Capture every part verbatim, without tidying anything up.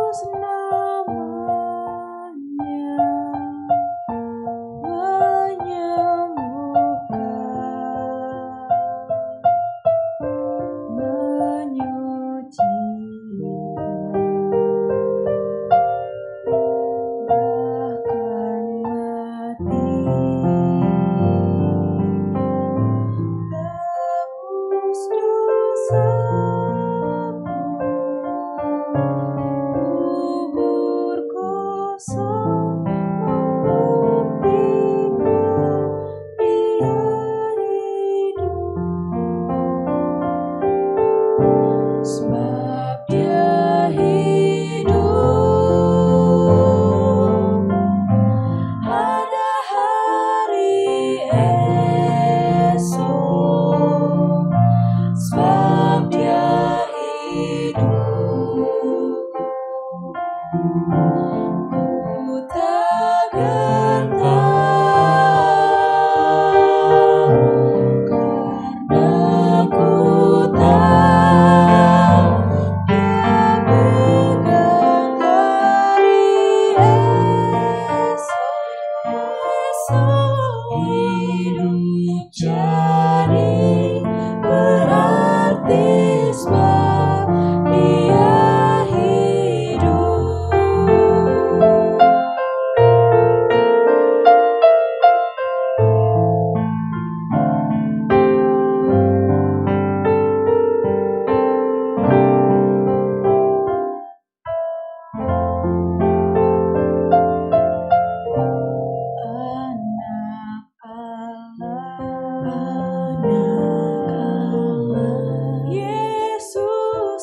Yesus namanya menyembuhkan, menyucikan, bahkan mati tebus dosaku. Kubur kosong membuktikan Dia hidup, sebab Dia hidup. Ada hari esok, sebab Dia hidup. Ku tak gentar, karena ku tahu Dia pegang hari esok. Hidup jadi berarti sebab Dia hidup. Anak Allah, anak Allah, Yesus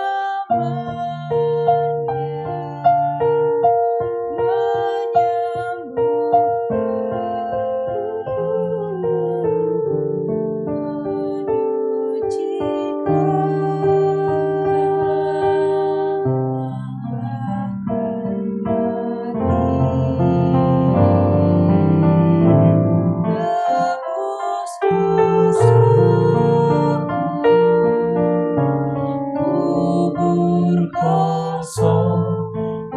namanya menyembuhkan, menyucikan, bahkan mati tebus dosaku. Kubur kosong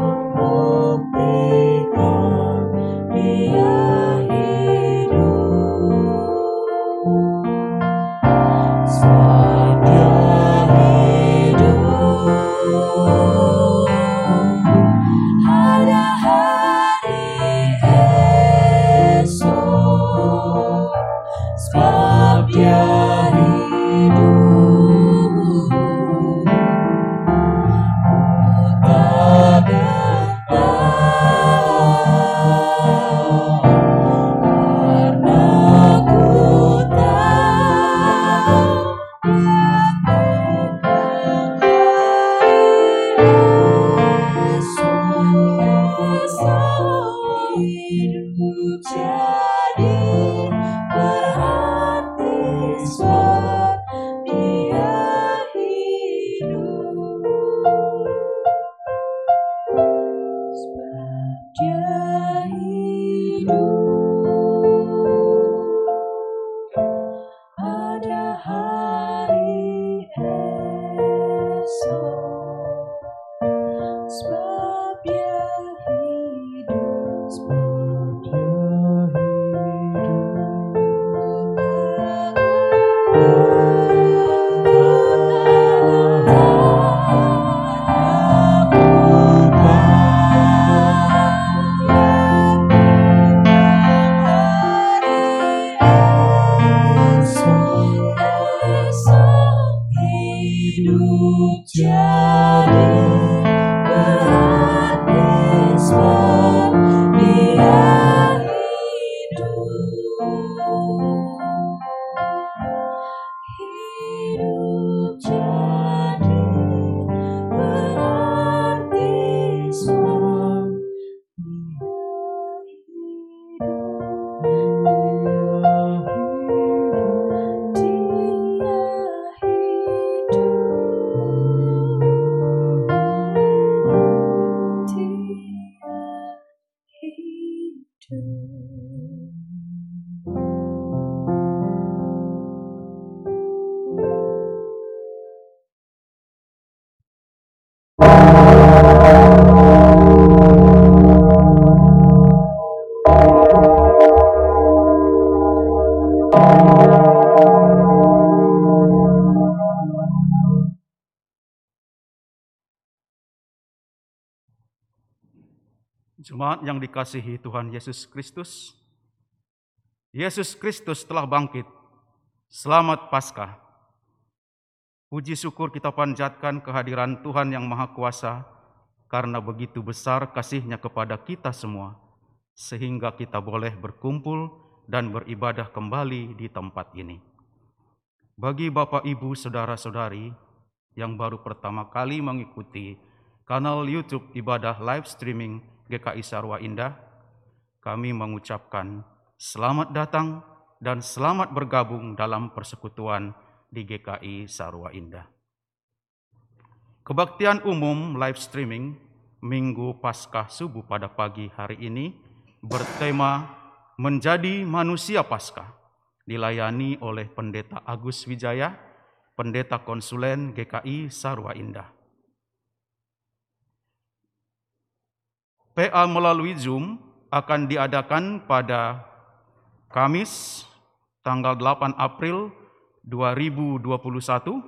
membuktikan Dia hidup, sebab Dia hidup. Ada hari esok, sebab Dia hidup. Ku tak gentar, karena ku tahu Dia pegang hari esok. Hidup jadi berarti sebab Dia hidup, sebab Dia hidup. Ada hari esok, sebab Dia hidup, sebab Dia hidup jadi berarti sebab Dia hidup. Hidup jadi berarti sebab Dia hidup. Dia hidup. Jemaat yang dikasihi Tuhan Yesus Kristus, Yesus Kristus telah bangkit. Selamat Paskah. Puji syukur kita panjatkan kehadiran Tuhan yang Maha Kuasa, karena begitu besar kasih-Nya kepada kita semua, sehingga kita boleh berkumpul dan beribadah kembali di tempat ini. Bagi Bapak, Ibu, Saudara-saudari yang baru pertama kali mengikuti kanal YouTube ibadah live streaming G K I Sarwa Indah, kami mengucapkan selamat datang dan selamat bergabung dalam persekutuan di G K I Sarwa Indah. Kebaktian umum live streaming Minggu Paskah Subuh pada pagi hari ini bertema Menjadi Manusia Paskah, dilayani oleh Pendeta Agus Wijaya, Pendeta Konsulen G K I Sarwa Indah. P A melalui Zoom akan diadakan pada Kamis tanggal delapan April dua ribu dua puluh satu,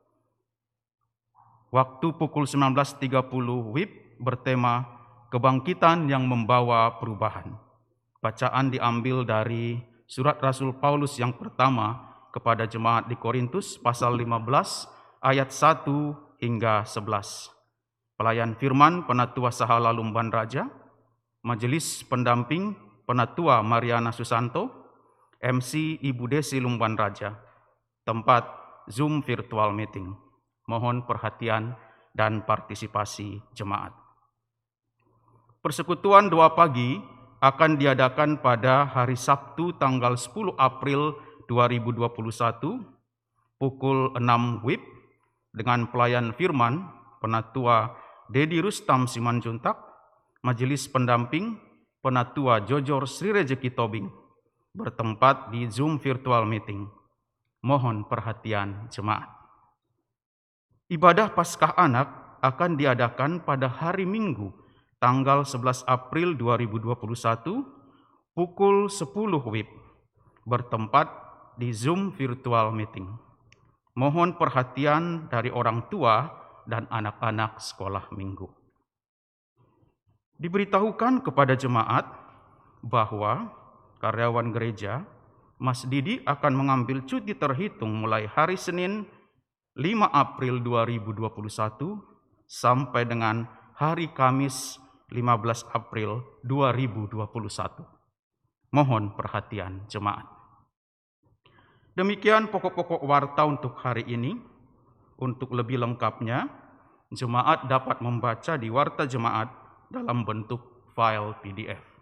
waktu pukul sembilan belas tiga puluh W I B bertema Kebangkitan yang Membawa Perubahan. Bacaan diambil dari surat Rasul Paulus yang pertama kepada jemaat di Korintus pasal lima belas ayat satu hingga sebelas. Pelayan firman Penatua Sahala Lumban Raja, Majelis Pendamping Penatua Mariana Susanto, M C Ibu Desi Lumban Raja, tempat Zoom virtual meeting. Mohon perhatian dan partisipasi jemaat. Persekutuan doa pagi akan diadakan pada hari Sabtu tanggal sepuluh April dua ribu dua puluh satu pukul enam W I B dengan pelayan firman Penatua Dedi Rustam Simanjuntak, Majelis Pendamping Penatua Jojor Sri Rejeki Tobing, bertempat di Zoom virtual meeting. Mohon perhatian jemaat. Ibadah Paskah Anak akan diadakan pada hari Minggu tanggal sebelas April dua ribu dua puluh satu pukul sepuluh W I B, bertempat di Zoom virtual meeting. Mohon perhatian dari orang tua dan anak-anak sekolah minggu. Diberitahukan kepada jemaat bahwa karyawan gereja Mas Didi akan mengambil cuti terhitung mulai hari Senin lima April dua ribu dua puluh satu sampai dengan hari Kamis lima belas April dua ribu dua puluh satu. Mohon perhatian jemaat. Demikian pokok-pokok warta untuk hari ini. Untuk lebih lengkapnya, jemaat dapat membaca di warta jemaat dalam bentuk file P D F.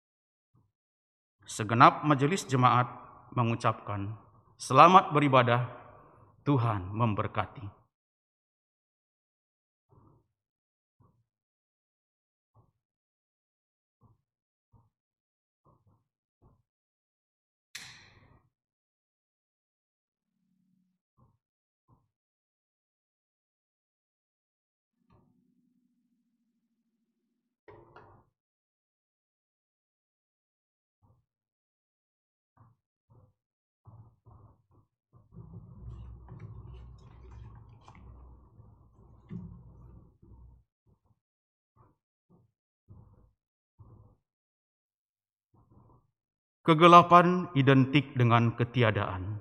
Segenap majelis jemaat mengucapkan selamat beribadah, Tuhan memberkati. Kegelapan identik dengan ketiadaan.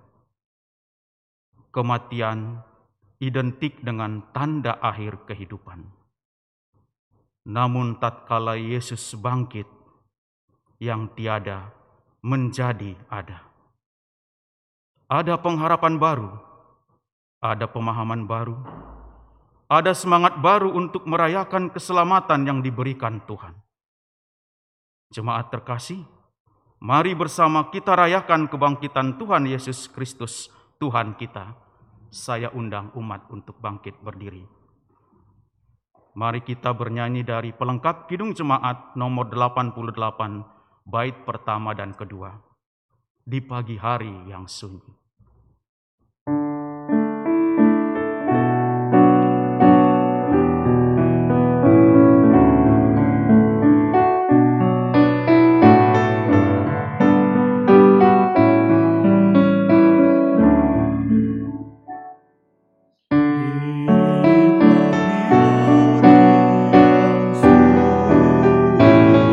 Kematian identik dengan tanda akhir kehidupan. Namun tatkala Yesus bangkit, yang tiada menjadi ada. Ada pengharapan baru, ada pemahaman baru, ada semangat baru untuk merayakan keselamatan yang diberikan Tuhan. Jemaat terkasih, mari bersama kita rayakan kebangkitan Tuhan Yesus Kristus, Tuhan kita. Saya undang umat untuk bangkit berdiri. Mari kita bernyanyi dari pelengkap Kidung Jemaat nomor delapan puluh delapan, bait pertama dan kedua. Di pagi hari yang sunyi. Di pagi hari yang sunyi.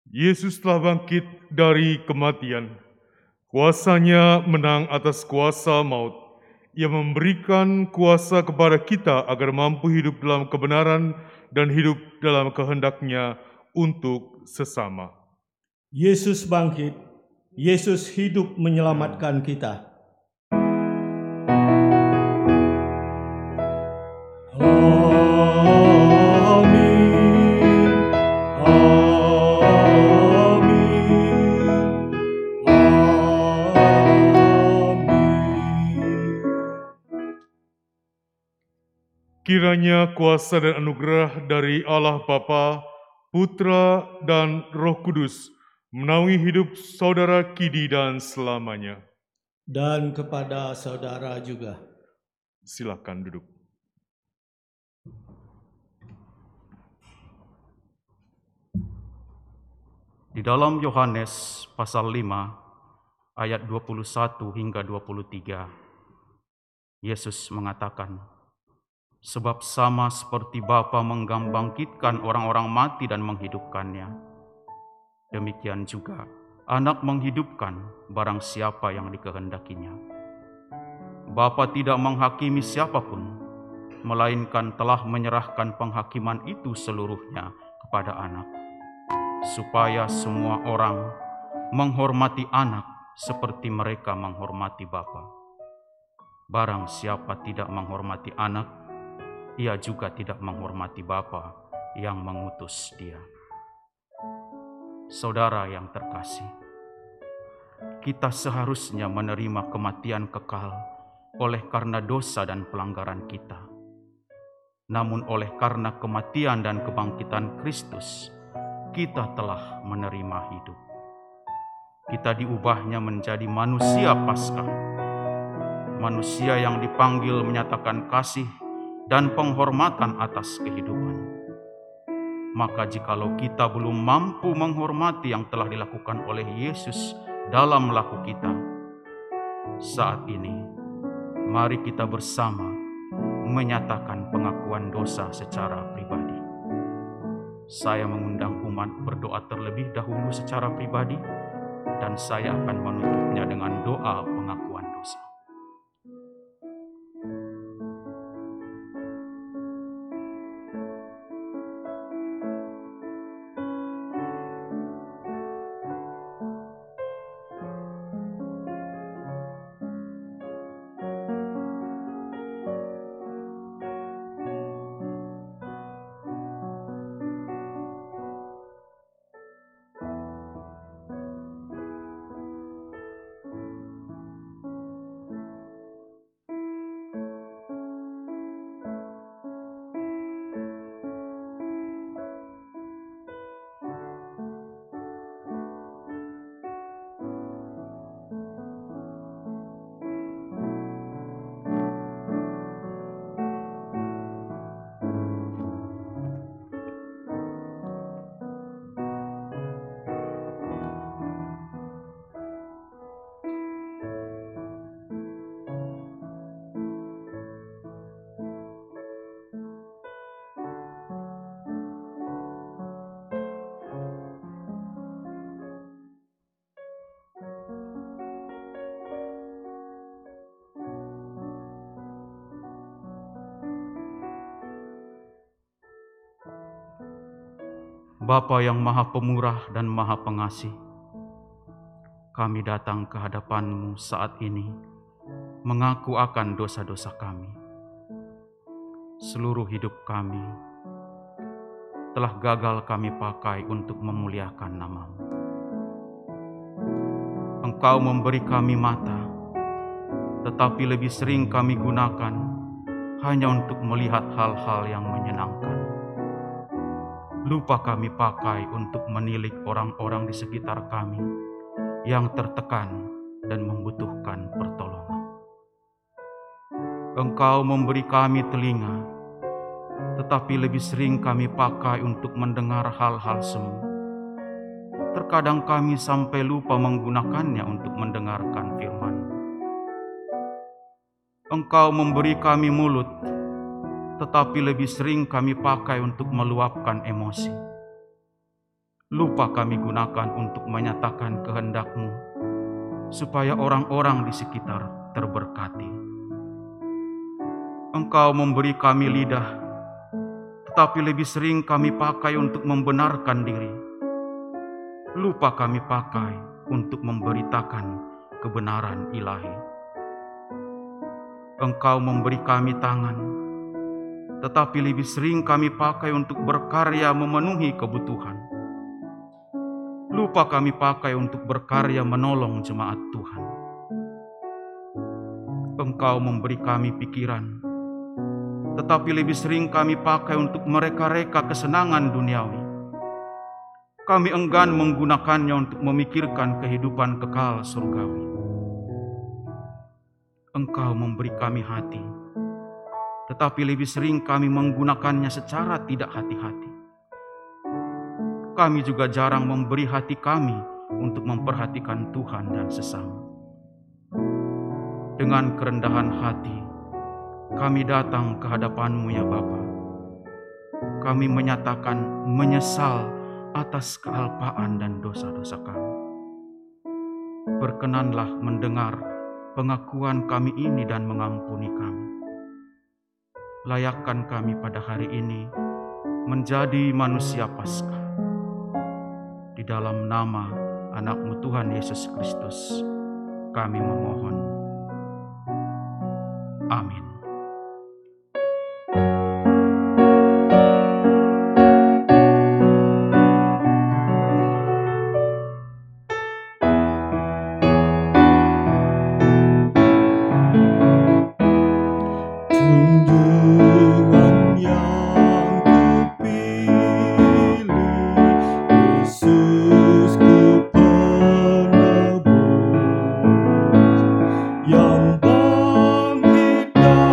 Yesus telah bangkit dari kematian. Kuasanya menang atas kuasa maut. Ia memberikan kuasa kepada kita agar mampu hidup dalam kebenaran dan hidup dalam kehendak-Nya untuk sesama. Yesus bangkit, Yesus hidup menyelamatkan kita. Amin. Amin. Amin. Kiranya kuasa dan anugerah dari Allah Bapa, Putra, dan Roh Kudus menaungi hidup saudara kini dan selamanya. Dan kepada saudara juga. Silakan duduk. Di dalam Yohanes pasal lima ayat dua puluh satu hingga dua puluh tiga, Yesus mengatakan, "Sebab sama seperti Bapa membangkitkan orang-orang mati dan menghidupkannya, demikian juga Anak menghidupkan barang siapa yang dikehendakinya. Bapa tidak menghakimi siapapun, melainkan telah menyerahkan penghakiman itu seluruhnya kepada Anak, supaya semua orang menghormati Anak seperti mereka menghormati Bapa. Barang siapa tidak menghormati Anak, ia juga tidak menghormati Bapa yang mengutus Dia." Saudara yang terkasih, kita seharusnya menerima kematian kekal oleh karena dosa dan pelanggaran kita. Namun oleh karena kematian dan kebangkitan Kristus, kita telah menerima hidup. Kita diubahnya menjadi manusia Paskah, manusia yang dipanggil menyatakan kasih dan penghormatan atas kehidupan. Maka jikalau kita belum mampu menghormati yang telah dilakukan oleh Yesus dalam laku kita, saat ini mari kita bersama menyatakan pengakuan dosa secara pribadi. Saya mengundang umat berdoa terlebih dahulu secara pribadi, dan saya akan menutupnya dengan doa pengakuan dosa. Bapa yang Maha Pemurah dan Maha Pengasih, kami datang ke hadapan-Mu saat ini mengaku akan dosa-dosa kami. Seluruh hidup kami telah gagal kami pakai untuk memuliakan nama-Mu. Engkau memberi kami mata, tetapi lebih sering kami gunakan hanya untuk melihat hal-hal yang menyenangkan. Lupa kami pakai untuk menilik orang-orang di sekitar kami yang tertekan dan membutuhkan pertolongan. Engkau memberi kami telinga, tetapi lebih sering kami pakai untuk mendengar hal-hal semu. Terkadang kami sampai lupa menggunakannya untuk mendengarkan firman. Engkau memberi kami mulut, tetapi lebih sering kami pakai untuk meluapkan emosi. lupa kami gunakan untuk menyatakan kehendak-Mu, supaya orang-orang di sekitar terberkati. Engkau memberi kami lidah, tetapi lebih sering kami pakai untuk membenarkan diri. Lupa kami pakai untuk memberitakan kebenaran ilahi. Engkau memberi kami tangan, tetapi lebih sering kami pakai untuk berkarya memenuhi kebutuhan. Lupa kami pakai untuk berkarya menolong jemaat Tuhan. Engkau memberi kami pikiran, tetapi lebih sering kami pakai untuk mereka-reka kesenangan duniawi. Kami enggan menggunakannya untuk memikirkan kehidupan kekal surgawi. Engkau memberi kami hati, tetapi lebih sering kami menggunakannya secara tidak hati-hati. Kami juga jarang memberi hati kami untuk memperhatikan Tuhan dan sesama. Dengan kerendahan hati, kami datang ke hadapan-Mu ya Bapa. Kami menyatakan menyesal atas kealpaan dan dosa-dosa kami. Berkenanlah mendengar pengakuan kami ini dan mengampuni kami. Layakkan kami pada hari ini menjadi manusia Paskah. Di dalam nama anak-Mu Tuhan Yesus Kristus, kami memohon. Amin. Junjungan yang kupilih, Yesusku penebus, yang bangkit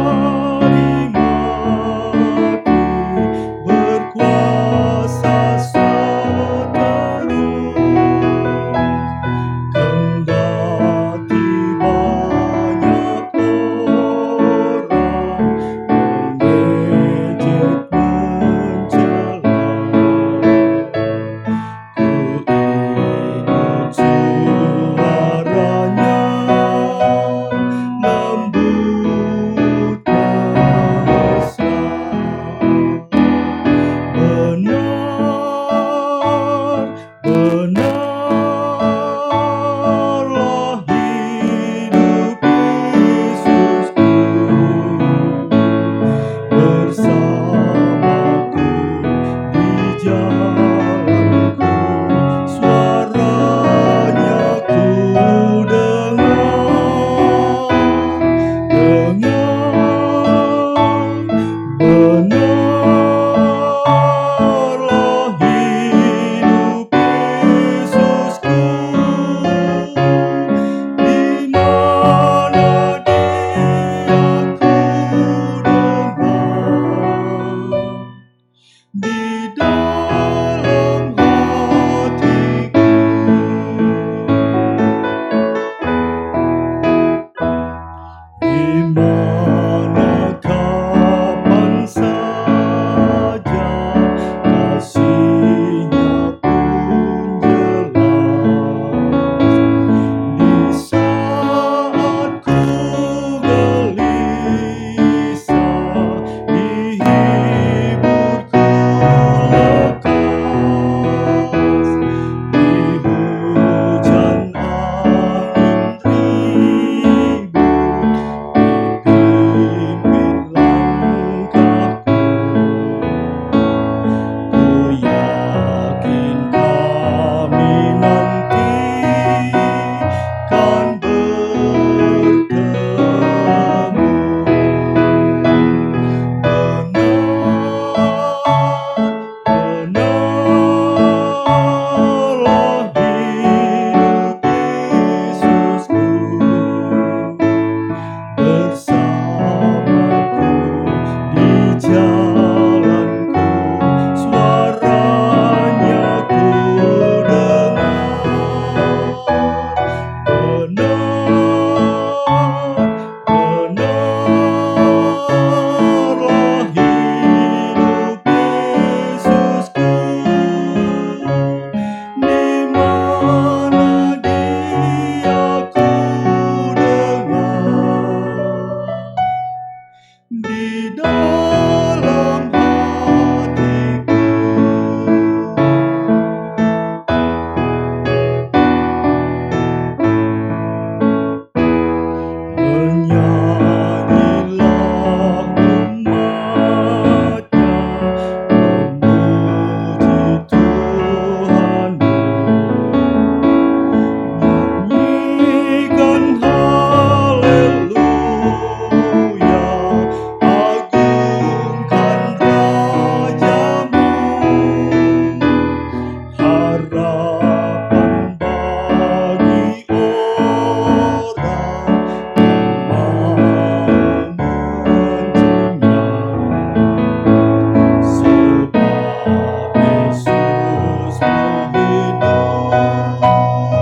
harapan bagi orang yang mau menciumnya. Sebab Yesus menghidup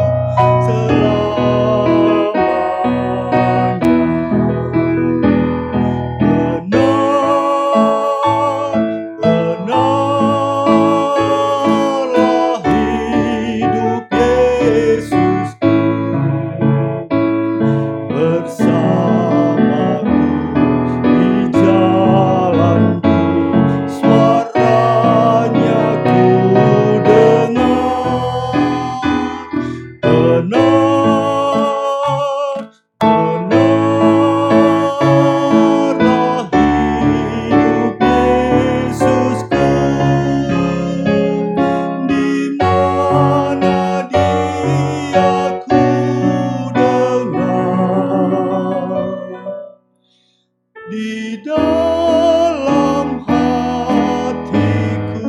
di dalam hatiku.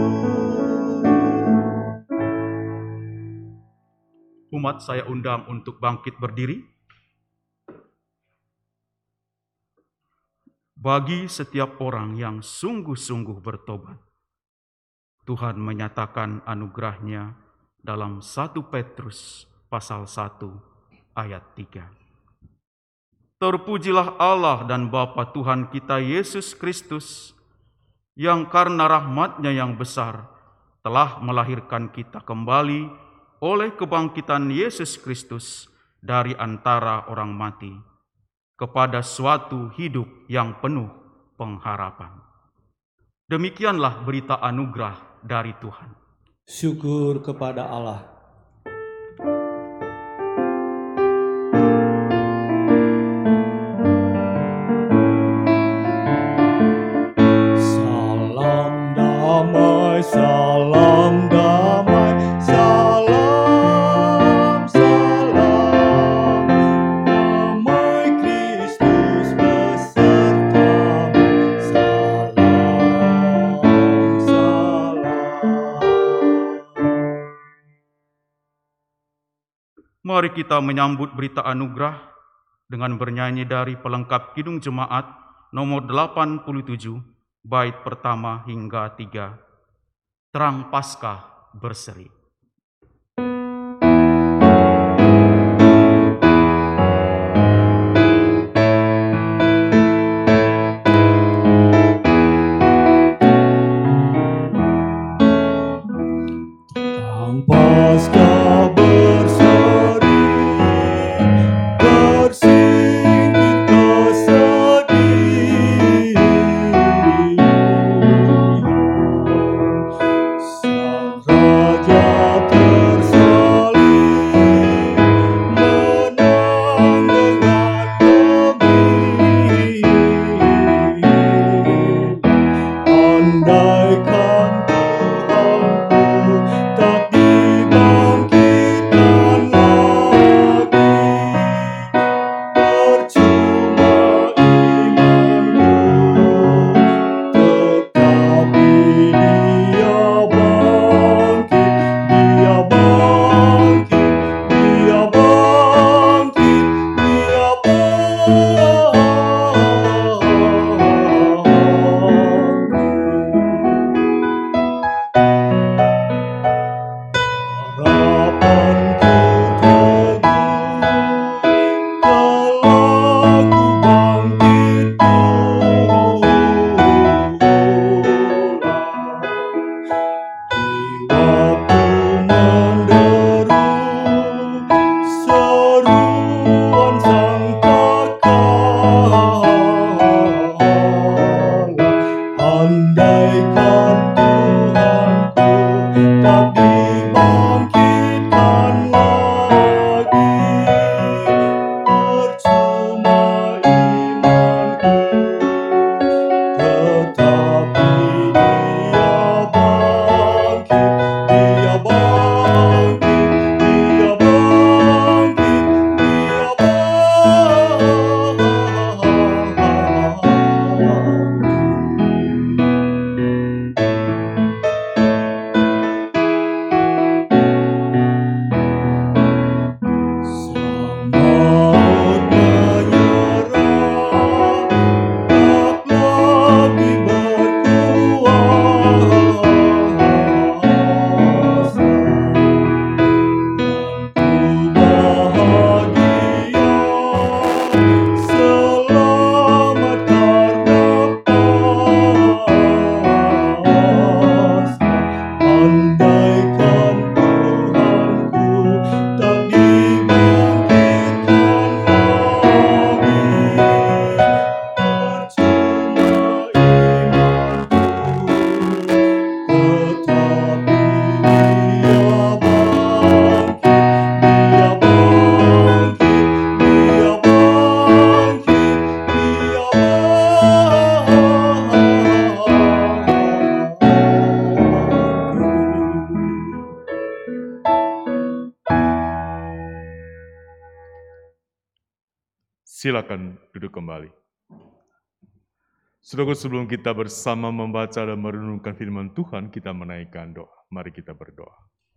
Umat saya undang untuk bangkit berdiri. Bagi setiap orang yang sungguh-sungguh bertobat, Tuhan menyatakan anugerahnya dalam satu Petrus pasal satu ayat tiga. Terpujilah Allah dan Bapa Tuhan kita Yesus Kristus, yang karena rahmat-Nya yang besar telah melahirkan kita kembali oleh kebangkitan Yesus Kristus dari antara orang mati, kepada suatu hidup yang penuh pengharapan. Demikianlah berita anugerah dari Tuhan. Syukur kepada Allah. Salam damai, salam damai, salam, salam. Damai Kristus besertamu. Salam, salam. Mari kita menyambut berita anugerah dengan bernyanyi dari pelengkap Kidung Jemaat nomor delapan puluh tujuh, bait pertama hingga tiga. Terang Paskah berseri. Terang Paskah berseri, bersingkir kesedihan. Sang Raja tersalib, menang dengan gemilang. Andaikan Tuhanku tak dibangkitkan, Silakan duduk kembali. Saudara, sebelum kita bersama membaca dan merenungkan firman Tuhan, kita menaikkan doa. Mari kita berdoa.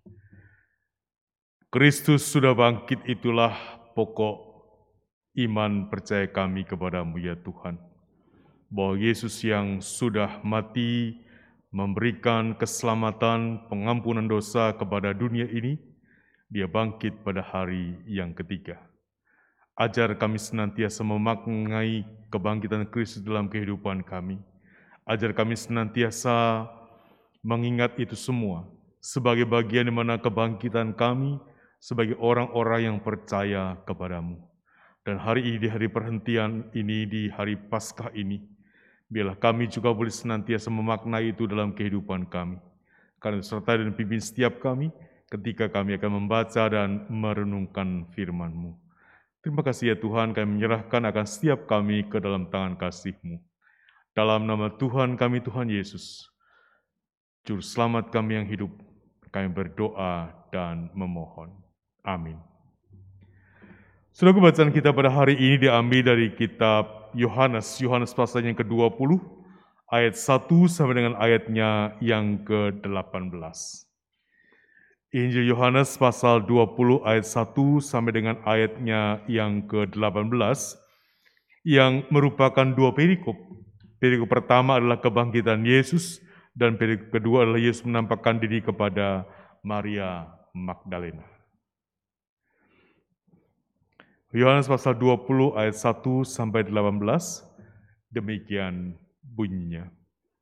Kristus sudah bangkit, itulah pokok iman percaya kami kepadamu ya Tuhan. Bahwa Yesus yang sudah mati memberikan keselamatan, pengampunan dosa kepada dunia ini, dia bangkit pada hari yang ketiga. Ajar kami senantiasa memaknai kebangkitan Kristus dalam kehidupan kami. Ajar kami senantiasa mengingat itu semua sebagai bagian di mana kebangkitan kami sebagai orang-orang yang percaya kepadamu. Dan hari ini, di hari perhentian ini, di hari Paskah ini, biarlah kami juga boleh senantiasa memaknai itu dalam kehidupan kami. Karena serta dan pimpin setiap kami ketika kami akan membaca dan merenungkan firman-Mu. Terima kasih ya Tuhan, kami menyerahkan akan setiap kami ke dalam tangan kasih-Mu. Dalam nama Tuhan kami, Tuhan Yesus, Juru Selamat kami yang hidup, kami berdoa dan memohon. Amin. Saudara, bacaan kita pada hari ini diambil dari kitab Yohanes, Yohanes pasal yang kedua puluh, ayat satu sampai dengan ayatnya yang ke delapan belas. Injil Yohanes pasal dua puluh ayat satu sampai dengan ayatnya yang ke delapan belas, yang merupakan dua perikop. Perikop pertama adalah kebangkitan Yesus, dan perikop kedua adalah Yesus menampakkan diri kepada Maria Magdalena. Yohanes pasal dua puluh ayat satu sampai delapan belas, demikian bunyinya.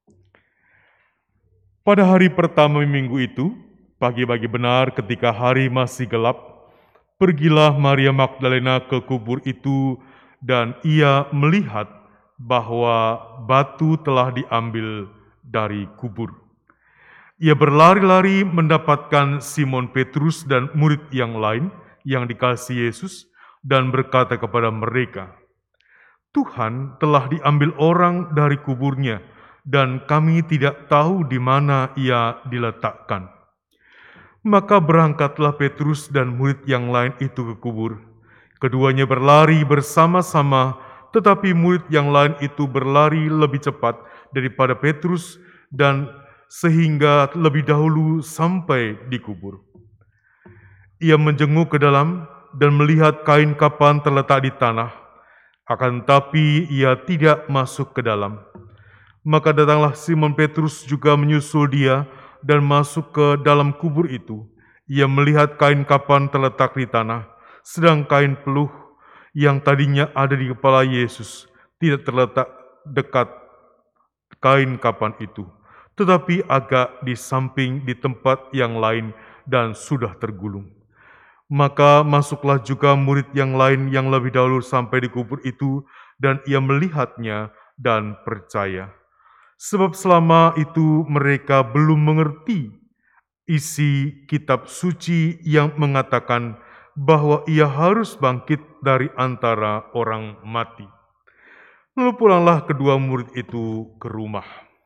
Pada hari pertama minggu itu, pagi-pagi benar ketika hari masih gelap, pergilah Maria Magdalena ke kubur itu dan ia melihat bahwa batu telah diambil dari kubur. Ia berlari-lari mendapatkan Simon Petrus dan murid yang lain yang dikasihi Yesus dan berkata kepada mereka, "Tuhan telah diambil orang dari kuburnya dan kami tidak tahu di mana ia diletakkan." Maka berangkatlah Petrus dan murid yang lain itu ke kubur. Keduanya berlari bersama-sama, tetapi murid yang lain itu berlari lebih cepat daripada Petrus dan sehingga lebih dahulu sampai di kubur. Ia menjenguk ke dalam dan melihat kain kapan terletak di tanah, akan tetapi ia tidak masuk ke dalam. Maka datanglah Simon Petrus juga menyusul dia dan masuk ke dalam kubur itu. Ia melihat kain kapan terletak di tanah, sedang kain peluh yang tadinya ada di kepala Yesus tidak terletak dekat kain kapan itu, tetapi agak di samping di tempat yang lain dan sudah tergulung. Maka masuklah juga murid yang lain yang lebih dahulu sampai di kubur itu, dan ia melihatnya dan percaya. Sebab selama itu mereka belum mengerti isi kitab suci yang mengatakan bahwa ia harus bangkit dari antara orang mati. Lalu pulanglah kedua murid itu ke rumah.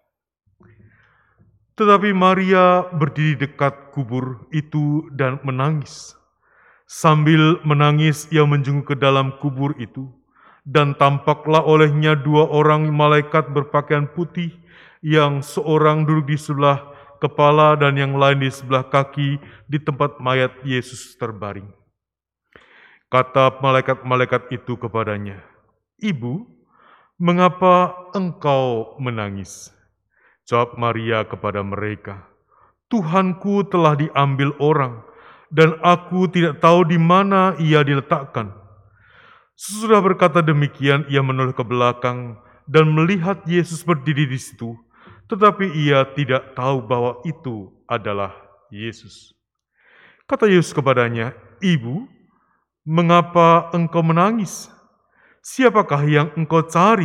Tetapi Maria berdiri dekat kubur itu dan menangis. Sambil menangis ia menjenguk ke dalam kubur itu, dan tampaklah olehnya dua orang malaikat berpakaian putih, yang seorang duduk di sebelah kepala dan yang lain di sebelah kaki di tempat mayat Yesus terbaring. Kata malaikat-malaikat itu kepadanya, "Ibu, mengapa engkau menangis?" Jawab Maria kepada mereka, "Tuhanku telah diambil orang, dan aku tidak tahu di mana ia diletakkan." Sesudah berkata demikian, ia menoleh ke belakang dan melihat Yesus berdiri di situ, tetapi ia tidak tahu bahwa itu adalah Yesus. Kata Yesus kepadanya, "Ibu, mengapa engkau menangis? Siapakah yang engkau cari?"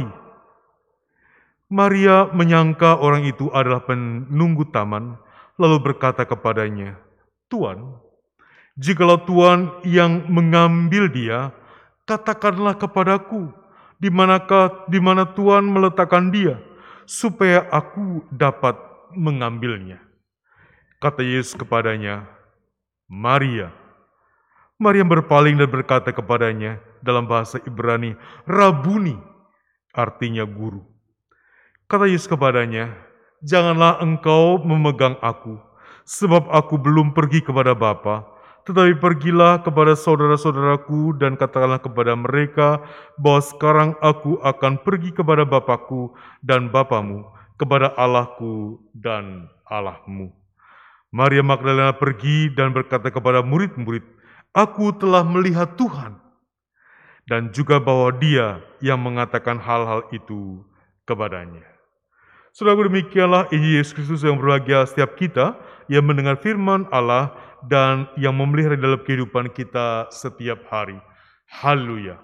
Maria menyangka orang itu adalah penunggu taman, lalu berkata kepadanya, "Tuan, jikalau Tuan yang mengambil dia, katakanlah kepadaku, di manakah di mana Tuan meletakkan dia, supaya aku dapat mengambilnya." Kata Yesus kepadanya, "Maria." Maria berpaling dan berkata kepadanya, dalam bahasa Ibrani, Rabuni, artinya guru. Kata Yesus kepadanya, janganlah engkau memegang aku, sebab aku belum pergi kepada Bapa, tetapi pergilah kepada saudara-saudaraku dan katakanlah kepada mereka bahwa sekarang aku akan pergi kepada Bapakku dan Bapamu, kepada Allahku dan Allahmu. Maria Magdalena pergi dan berkata kepada murid-murid, aku telah melihat Tuhan, dan juga bahwa Dia yang mengatakan hal-hal itu kepadanya. Saudara, demikianlah Injil Yesus Kristus yang berbahagia setiap kita yang mendengar firman Allah dan yang memelihara dalam kehidupan kita setiap hari. Haleluya.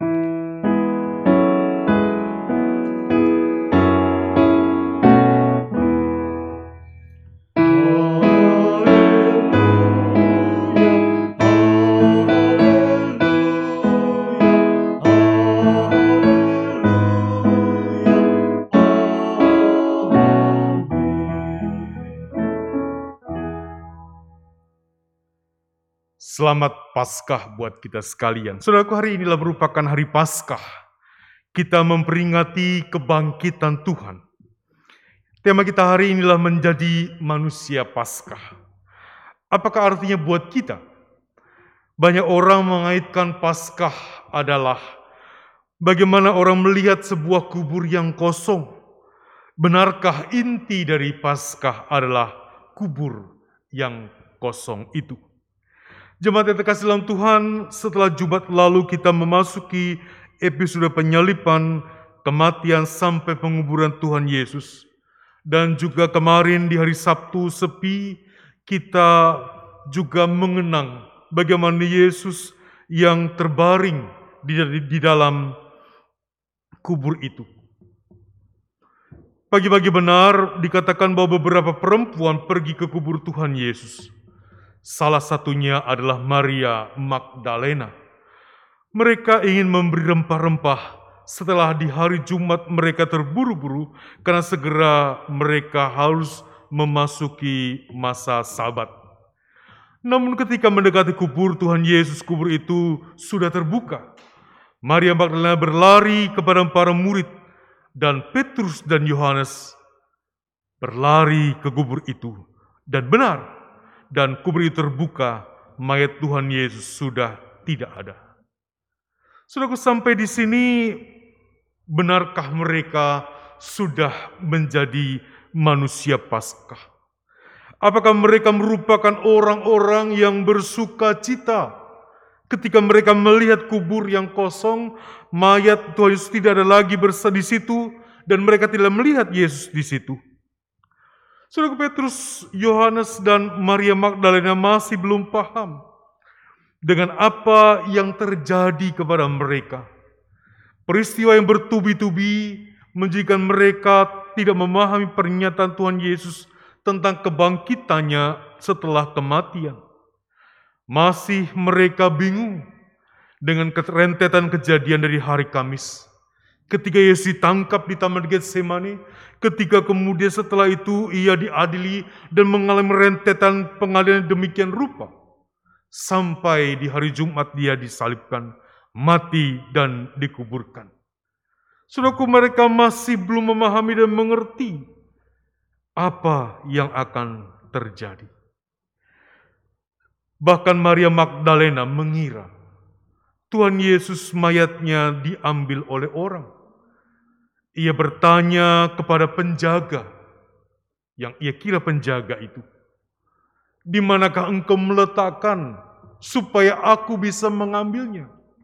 Selamat Paskah buat kita sekalian. Saudaraku, hari inilah merupakan hari Paskah. Kita memperingati kebangkitan Tuhan. Tema kita hari inilah menjadi manusia Paskah. Apakah artinya buat kita? Banyak orang mengaitkan Paskah adalah bagaimana orang melihat sebuah kubur yang kosong. Benarkah inti dari Paskah adalah kubur yang kosong itu? Jemaat yang terkasih dalam Tuhan, setelah Jumat lalu kita memasuki episode penyaliban, kematian sampai penguburan Tuhan Yesus. Dan juga kemarin di hari Sabtu sepi, kita juga mengenang bagaimana Yesus yang terbaring di, di dalam kubur itu. Pagi-pagi benar dikatakan bahwa beberapa perempuan pergi ke kubur Tuhan Yesus. Salah satunya adalah Maria Magdalena. Mereka ingin memberi rempah-rempah setelah di hari Jumat mereka terburu-buru karena segera mereka harus memasuki masa Sabat. Namun ketika mendekati kubur Tuhan Yesus, kubur itu sudah terbuka. Maria Magdalena berlari kepada para murid dan Petrus dan Yohanes berlari ke kubur itu. Dan benar, dan kubur itu terbuka, mayat Tuhan Yesus sudah tidak ada. Saudaraku, sampai di sini, benarkah mereka sudah menjadi manusia Paskah? Apakah mereka merupakan orang-orang yang bersuka cita ketika mereka melihat kubur yang kosong, mayat Tuhan Yesus tidak ada lagi bersama di situ, dan mereka tidak melihat Yesus di situ? Saudara, Petrus, Yohanes, dan Maria Magdalena masih belum paham dengan apa yang terjadi kepada mereka. Peristiwa yang bertubi-tubi menjadikan mereka tidak memahami pernyataan Tuhan Yesus tentang kebangkitannya setelah kematian. Masih mereka bingung dengan rentetan kejadian dari hari Kamis. Ketika Yesus ditangkap di Taman Getsemani, ketika kemudian setelah itu ia diadili dan mengalami rentetan pengadilan demikian rupa. Sampai di hari Jumat dia disalibkan, mati dan dikuburkan. Saudaraku, mereka masih belum memahami dan mengerti apa yang akan terjadi. Bahkan Maria Magdalena mengira Tuhan Yesus mayatnya diambil oleh orang. Ia bertanya kepada penjaga, yang ia kira penjaga itu, "Di manakah engkau meletakkan supaya aku bisa mengambilnya?"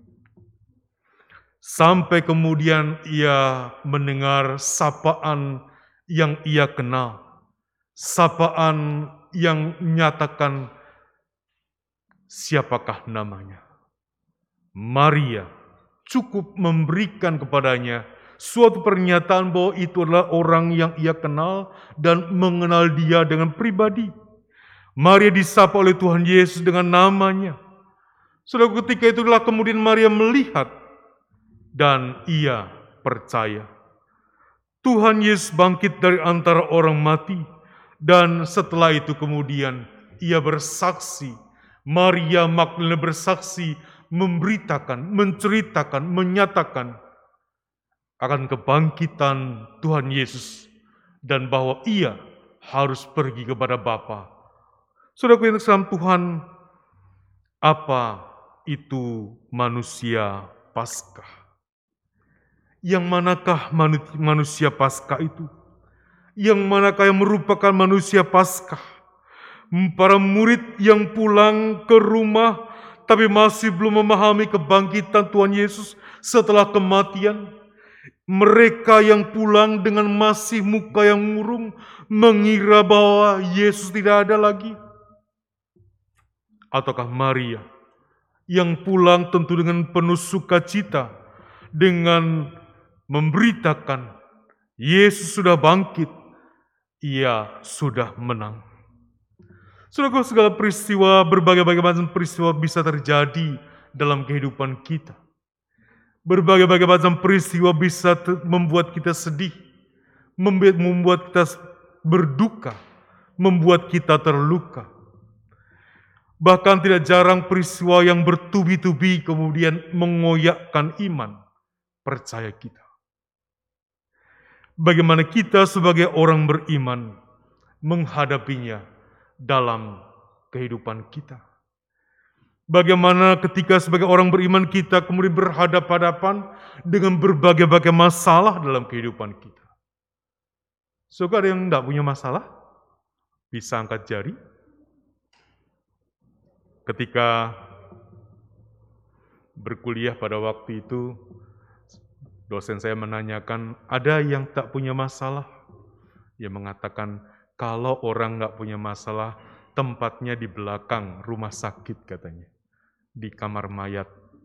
Sampai kemudian ia mendengar sapaan yang ia kenal, sapaan yang menyatakan siapakah namanya. Maria cukup memberikan kepadanya suatu pernyataan bahwa itu adalah orang yang ia kenal dan mengenal dia dengan pribadi. Maria disapa oleh Tuhan Yesus dengan namanya. Saudara, ketika itulah kemudian Maria melihat dan ia percaya. Tuhan Yesus bangkit dari antara orang mati, dan setelah itu kemudian ia bersaksi, Maria Magdalena bersaksi memberitakan, menceritakan, menyatakan akan kebangkitan Tuhan Yesus dan bahwa ia harus pergi kepada Bapa. Saudaraku yang dalam Tuhan, apa itu manusia Paskah? Yang manakah manusia Paskah itu? Yang manakah yang merupakan manusia Paskah? Para murid yang pulang ke rumah tapi masih belum memahami kebangkitan Tuhan Yesus setelah kematian. Mereka yang pulang dengan masih muka yang murung, mengira bahwa Yesus tidak ada lagi. Ataukah Maria yang pulang tentu dengan penuh sukacita, dengan memberitakan Yesus sudah bangkit, ia sudah menang. Saudara, segala peristiwa, berbagai-bagai macam peristiwa bisa terjadi dalam kehidupan kita. Berbagai-bagai macam peristiwa bisa membuat kita sedih, membuat kita berduka, membuat kita terluka. Bahkan tidak jarang peristiwa yang bertubi-tubi kemudian mengoyakkan iman percaya kita. Bagaimana kita sebagai orang beriman menghadapinya dalam kehidupan kita. Bagaimana ketika sebagai orang beriman kita kemudian berhadapan-hadapan dengan berbagai-bagai masalah dalam kehidupan kita. Saudara yang tidak punya masalah, bisa angkat jari. Ketika berkuliah pada waktu itu, dosen saya menanyakan, ada yang tak punya masalah? Dia mengatakan, kalau orang nggak punya masalah, tempatnya di belakang rumah sakit katanya. Di kamar mayat.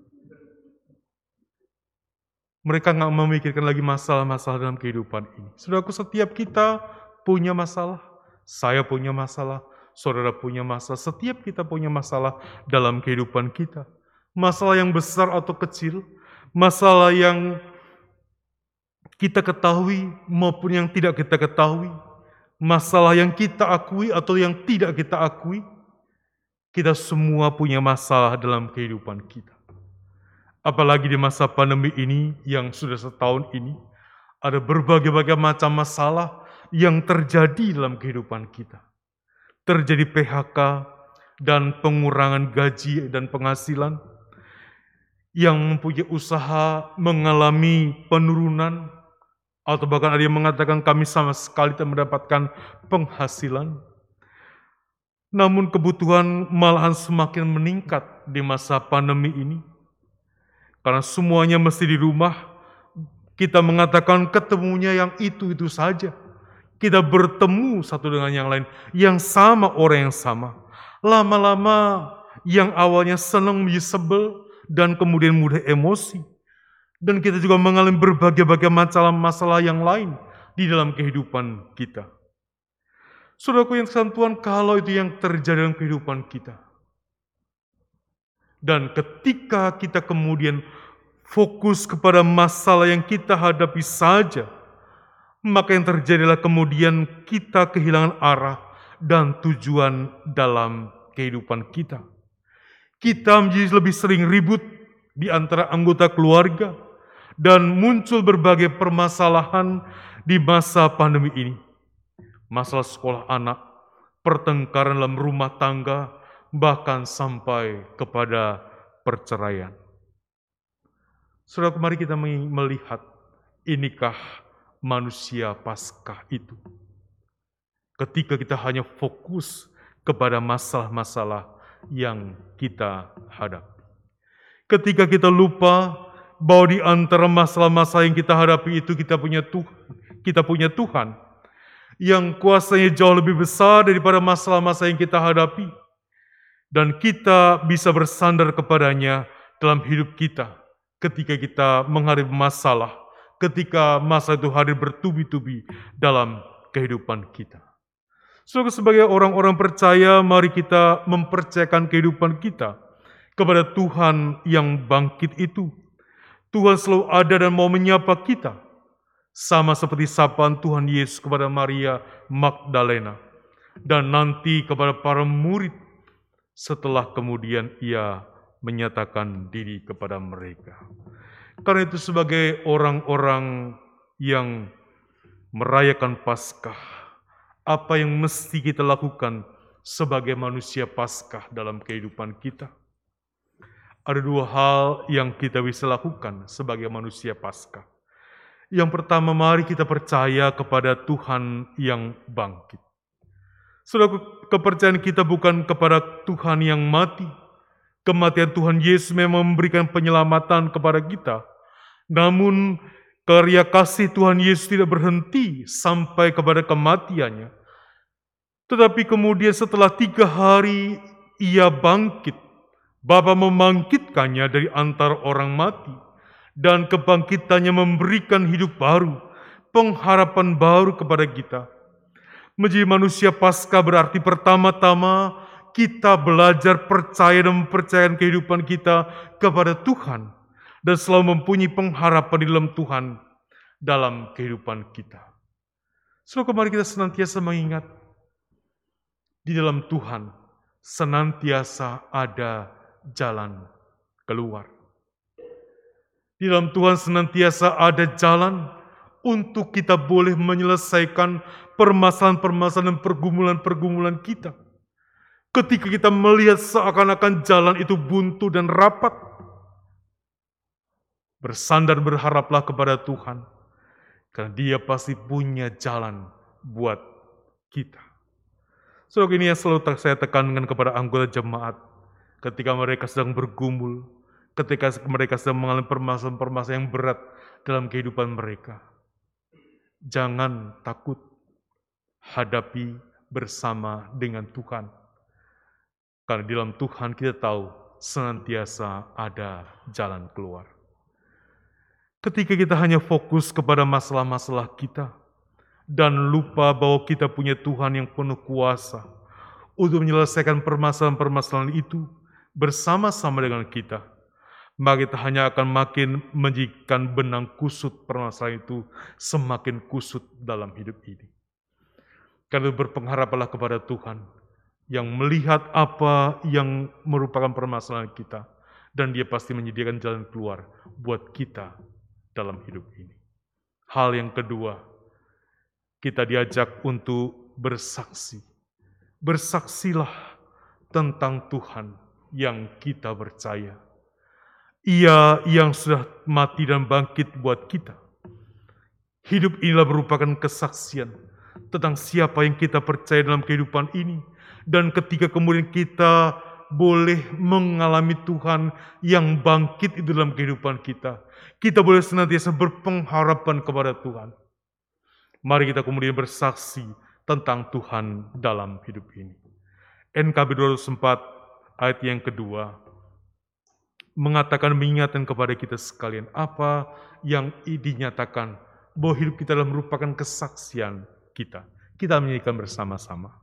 Mereka nggak memikirkan lagi masalah-masalah dalam kehidupan ini. Saudaraku, setiap kita punya masalah. Saya punya masalah. Saudara punya masalah. Setiap kita punya masalah dalam kehidupan kita. Masalah yang besar atau kecil. Masalah yang kita ketahui maupun yang tidak kita ketahui. Masalah yang kita akui atau yang tidak kita akui. Kita semua punya masalah dalam kehidupan kita. Apalagi di masa pandemi ini yang sudah setahun ini, ada berbagai-bagai macam masalah yang terjadi dalam kehidupan kita. Terjadi P H K dan pengurangan gaji dan penghasilan. Yang mempunyai usaha mengalami penurunan, atau bahkan ada yang mengatakan kami sama sekali tidak mendapatkan penghasilan. Namun kebutuhan malahan semakin meningkat di masa pandemi ini. Karena semuanya mesti di rumah, kita mengatakan ketemunya yang itu-itu saja. Kita bertemu satu dengan yang lain, yang sama orang yang sama. Lama-lama yang awalnya senang menjadi sebel dan kemudian mudah emosi. Dan kita juga mengalami berbagai-bagai masalah-masalah yang lain di dalam kehidupan kita. Saudaraku yang sekalian Tuhan, kalau itu yang terjadi dalam kehidupan kita. Dan ketika kita kemudian fokus kepada masalah yang kita hadapi saja, maka yang terjadi adalah kemudian kita kehilangan arah dan tujuan dalam kehidupan kita. Kita menjadi lebih sering ribut di antara anggota keluarga, dan muncul berbagai permasalahan di masa pandemi ini. Masalah sekolah anak, pertengkaran dalam rumah tangga, bahkan sampai kepada perceraian. Saudara, mari kita melihat, inikah manusia Paskah itu? Ketika kita hanya fokus kepada masalah-masalah yang kita hadapi. Ketika kita lupa bahwa di antara masalah-masalah yang kita hadapi itu kita punya Tuhan, kita punya Tuhan yang kuasanya jauh lebih besar daripada masalah-masalah yang kita hadapi. Dan kita bisa bersandar kepadanya dalam hidup kita ketika kita menghadapi masalah, ketika masa itu hadir bertubi-tubi dalam kehidupan kita. So, sebagai orang-orang percaya, mari kita mempercayakan kehidupan kita kepada Tuhan yang bangkit itu. Tuhan selalu ada dan mau menyapa kita. Sama seperti sapaan Tuhan Yesus kepada Maria Magdalena. Dan nanti kepada para murid setelah kemudian ia menyatakan diri kepada mereka. Karena itu sebagai orang-orang yang merayakan Paskah, apa yang mesti kita lakukan sebagai manusia Paskah dalam kehidupan kita? Ada dua hal yang kita bisa lakukan sebagai manusia Paskah. Yang pertama, mari kita percaya kepada Tuhan yang bangkit. Saudara, kepercayaan kita bukan kepada Tuhan yang mati. Kematian Tuhan Yesus memang memberikan penyelamatan kepada kita. Namun, karya kasih Tuhan Yesus tidak berhenti sampai kepada kematiannya. Tetapi kemudian setelah tiga hari, ia bangkit. Bapa membangkitkannya dari antara orang mati. Dan kebangkitannya memberikan hidup baru, pengharapan baru kepada kita. Menjadi manusia Paskah berarti pertama-tama kita belajar percaya dan mempercayakan kehidupan kita kepada Tuhan. Dan selalu mempunyai pengharapan di dalam Tuhan dalam kehidupan kita. Saudara, mari kita senantiasa mengingat, di dalam Tuhan senantiasa ada jalan keluar. Di dalam Tuhan senantiasa ada jalan untuk kita boleh menyelesaikan permasalahan-permasalahan dan pergumulan-pergumulan kita. Ketika kita melihat seakan-akan jalan itu buntu dan rapat, bersandar berharaplah kepada Tuhan, karena Dia pasti punya jalan buat kita. Saudara, ini yang selalu saya tekankan kepada anggota jemaat ketika mereka sedang bergumul, ketika mereka sedang mengalami permasalahan-permasalahan yang berat dalam kehidupan mereka. Jangan takut, hadapi bersama dengan Tuhan. Karena di dalam Tuhan kita tahu senantiasa ada jalan keluar. Ketika kita hanya fokus kepada masalah-masalah kita, dan lupa bahwa kita punya Tuhan yang penuh kuasa untuk menyelesaikan permasalahan-permasalahan itu bersama-sama dengan kita, maka kita hanya akan makin menjadikan benang kusut permasalahan itu semakin kusut dalam hidup ini. Karena berpengharaplah kepada Tuhan yang melihat apa yang merupakan permasalahan kita, dan Dia pasti menyediakan jalan keluar buat kita dalam hidup ini. Hal yang kedua, kita diajak untuk bersaksi. Bersaksilah tentang Tuhan yang kita percaya. Ia yang sudah mati dan bangkit buat kita. Hidup inilah merupakan kesaksian tentang siapa yang kita percaya dalam kehidupan ini. Dan ketika kemudian kita boleh mengalami Tuhan yang bangkit itu dalam kehidupan kita, kita boleh senantiasa berpengharapan kepada Tuhan. Mari kita kemudian bersaksi tentang Tuhan dalam hidup ini. N K B dua ratus empat ayat yang kedua mengatakan, mengingatkan kepada kita sekalian apa yang dinyatakan bahwa hidup kita adalah merupakan kesaksian kita. Kita menyanyikan bersama-sama.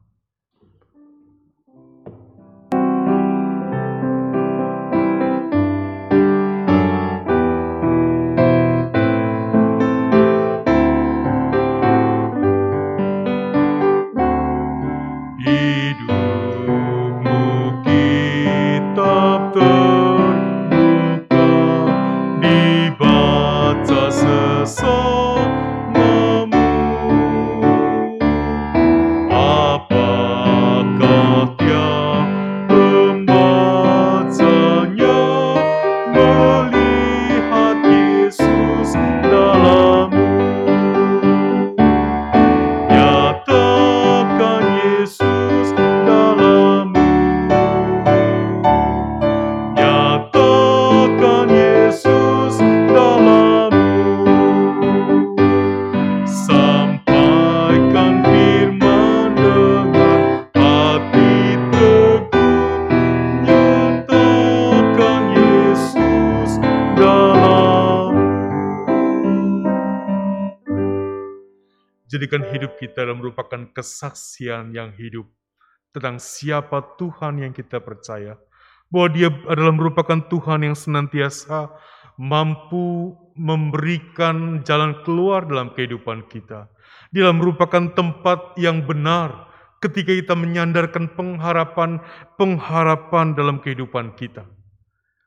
Jadikan hidup kita merupakan kesaksian yang hidup tentang siapa Tuhan yang kita percaya. Bahwa Dia adalah merupakan Tuhan yang senantiasa mampu memberikan jalan keluar dalam kehidupan kita. Dia merupakan tempat yang benar ketika kita menyandarkan pengharapan-pengharapan dalam kehidupan kita.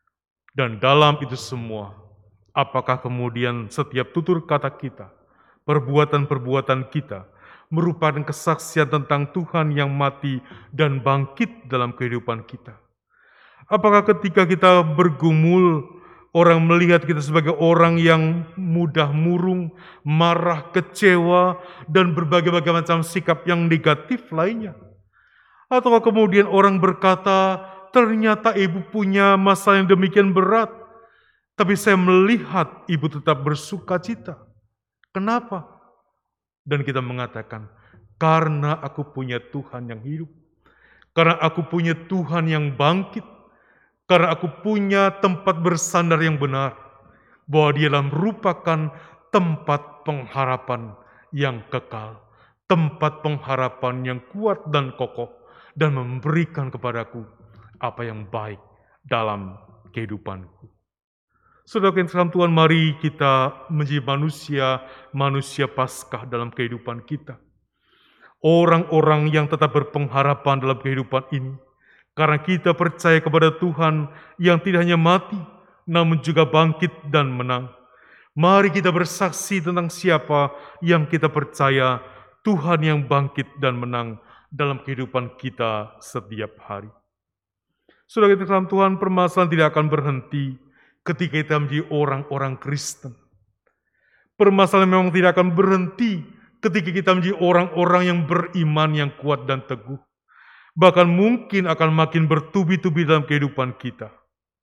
Dan dalam itu semua, apakah kemudian setiap tutur kata kita, perbuatan-perbuatan kita, merupakan kesaksian tentang Tuhan yang mati dan bangkit dalam kehidupan kita? Apakah ketika kita bergumul, orang melihat kita sebagai orang yang mudah murung, marah, kecewa, dan berbagai-bagai macam sikap yang negatif lainnya? Atau kemudian orang berkata, ternyata ibu punya masalah yang demikian berat, tapi saya melihat ibu tetap bersuka cita. Kenapa? Dan kita mengatakan, karena aku punya Tuhan yang hidup. Karena aku punya Tuhan yang bangkit. Karena aku punya tempat bersandar yang benar. Bahwa dia merupakan tempat pengharapan yang kekal. Tempat pengharapan yang kuat dan kokoh. Dan memberikan kepadaku apa yang baik dalam kehidupanku. Saudara yang sekalian Tuhan, mari kita menjadi manusia, manusia Paskah dalam kehidupan kita. Orang-orang yang tetap berpengharapan dalam kehidupan ini. Karena kita percaya kepada Tuhan yang tidak hanya mati, namun juga bangkit dan menang. Mari kita bersaksi tentang siapa yang kita percaya, Tuhan yang bangkit dan menang dalam kehidupan kita setiap hari. Saudara kita dalam Tuhan, permasalahan tidak akan berhenti ketika kita menjadi orang-orang Kristen. Permasalahan memang tidak akan berhenti ketika kita menjadi orang-orang yang beriman yang kuat dan teguh. Bahkan mungkin akan makin bertubi-tubi dalam kehidupan kita.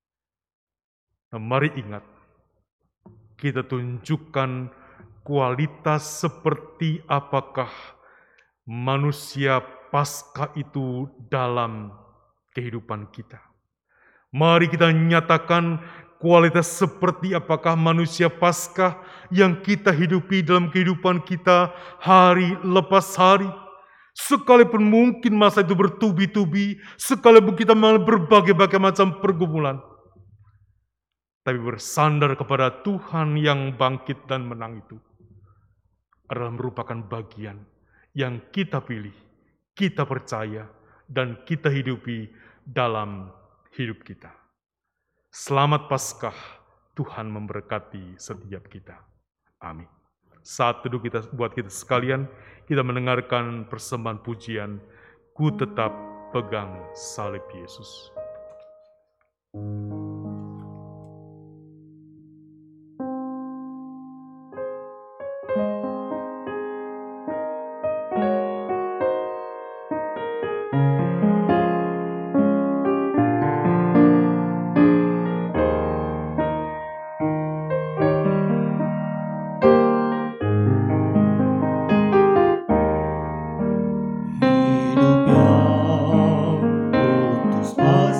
Nah, mari ingat, kita tunjukkan kualitas seperti apakah manusia Paskah itu dalam kehidupan kita. Mari kita nyatakan kualitas seperti apakah manusia Paskah yang kita hidupi dalam kehidupan kita hari lepas hari. Sekalipun mungkin masa itu bertubi-tubi, sekalipun kita mengalami berbagai-bagai macam pergumulan. Tapi bersandar kepada Tuhan yang bangkit dan menang itu adalah merupakan bagian yang kita pilih, kita percaya, dan kita hidupi dalam hidup kita. Selamat Paskah, Tuhan memberkati setiap kita. Amin. Saat teduh kita buat kita sekalian, kita mendengarkan persembahan pujian, Ku Tetap Pegang Salib Yesus. Hidup yang putus asa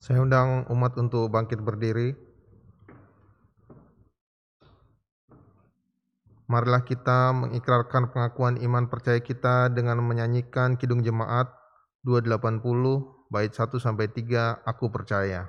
Saya undang umat untuk bangkit berdiri. Marilah kita mengikrarkan pengakuan iman percaya kita dengan menyanyikan Kidung Jemaat dua delapan puluh bait satu sampai tiga, Aku Percaya.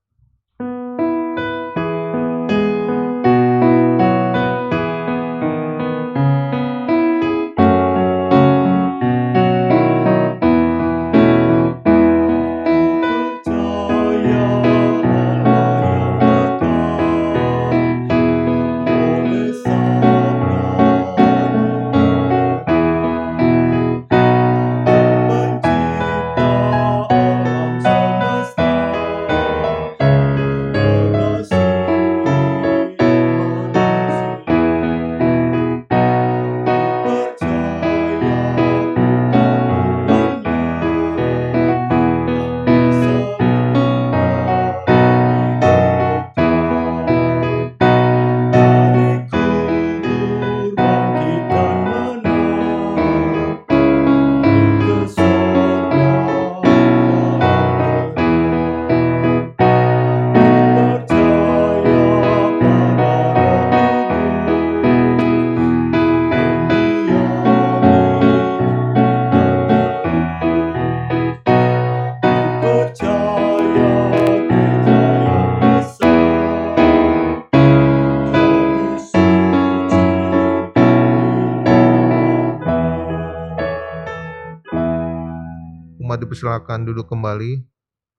Umat dipersilakan duduk kembali.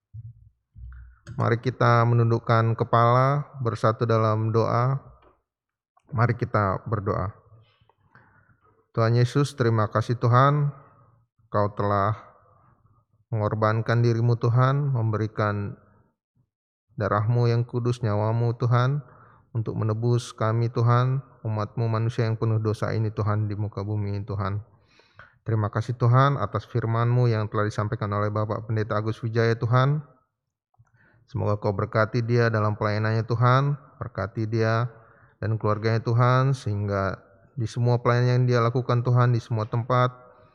Mari kita menundukkan kepala bersatu dalam doa. Mari kita berdoa. Tuhan Yesus, terima kasih Tuhan, Kau telah mengorbankan dirimu Tuhan, memberikan darah-Mu yang kudus, nyawa-Mu Tuhan, untuk menebus kami Tuhan, umat-Mu manusia yang penuh dosa ini Tuhan di muka bumi ini Tuhan. Terima kasih Tuhan atas firman-Mu yang telah disampaikan oleh Bapak Pendeta Agus Wijaya Tuhan. Semoga Kau berkati dia dalam pelayanannya Tuhan, berkati dia dan keluarganya Tuhan, sehingga di semua pelayanan yang dia lakukan Tuhan, di semua tempat,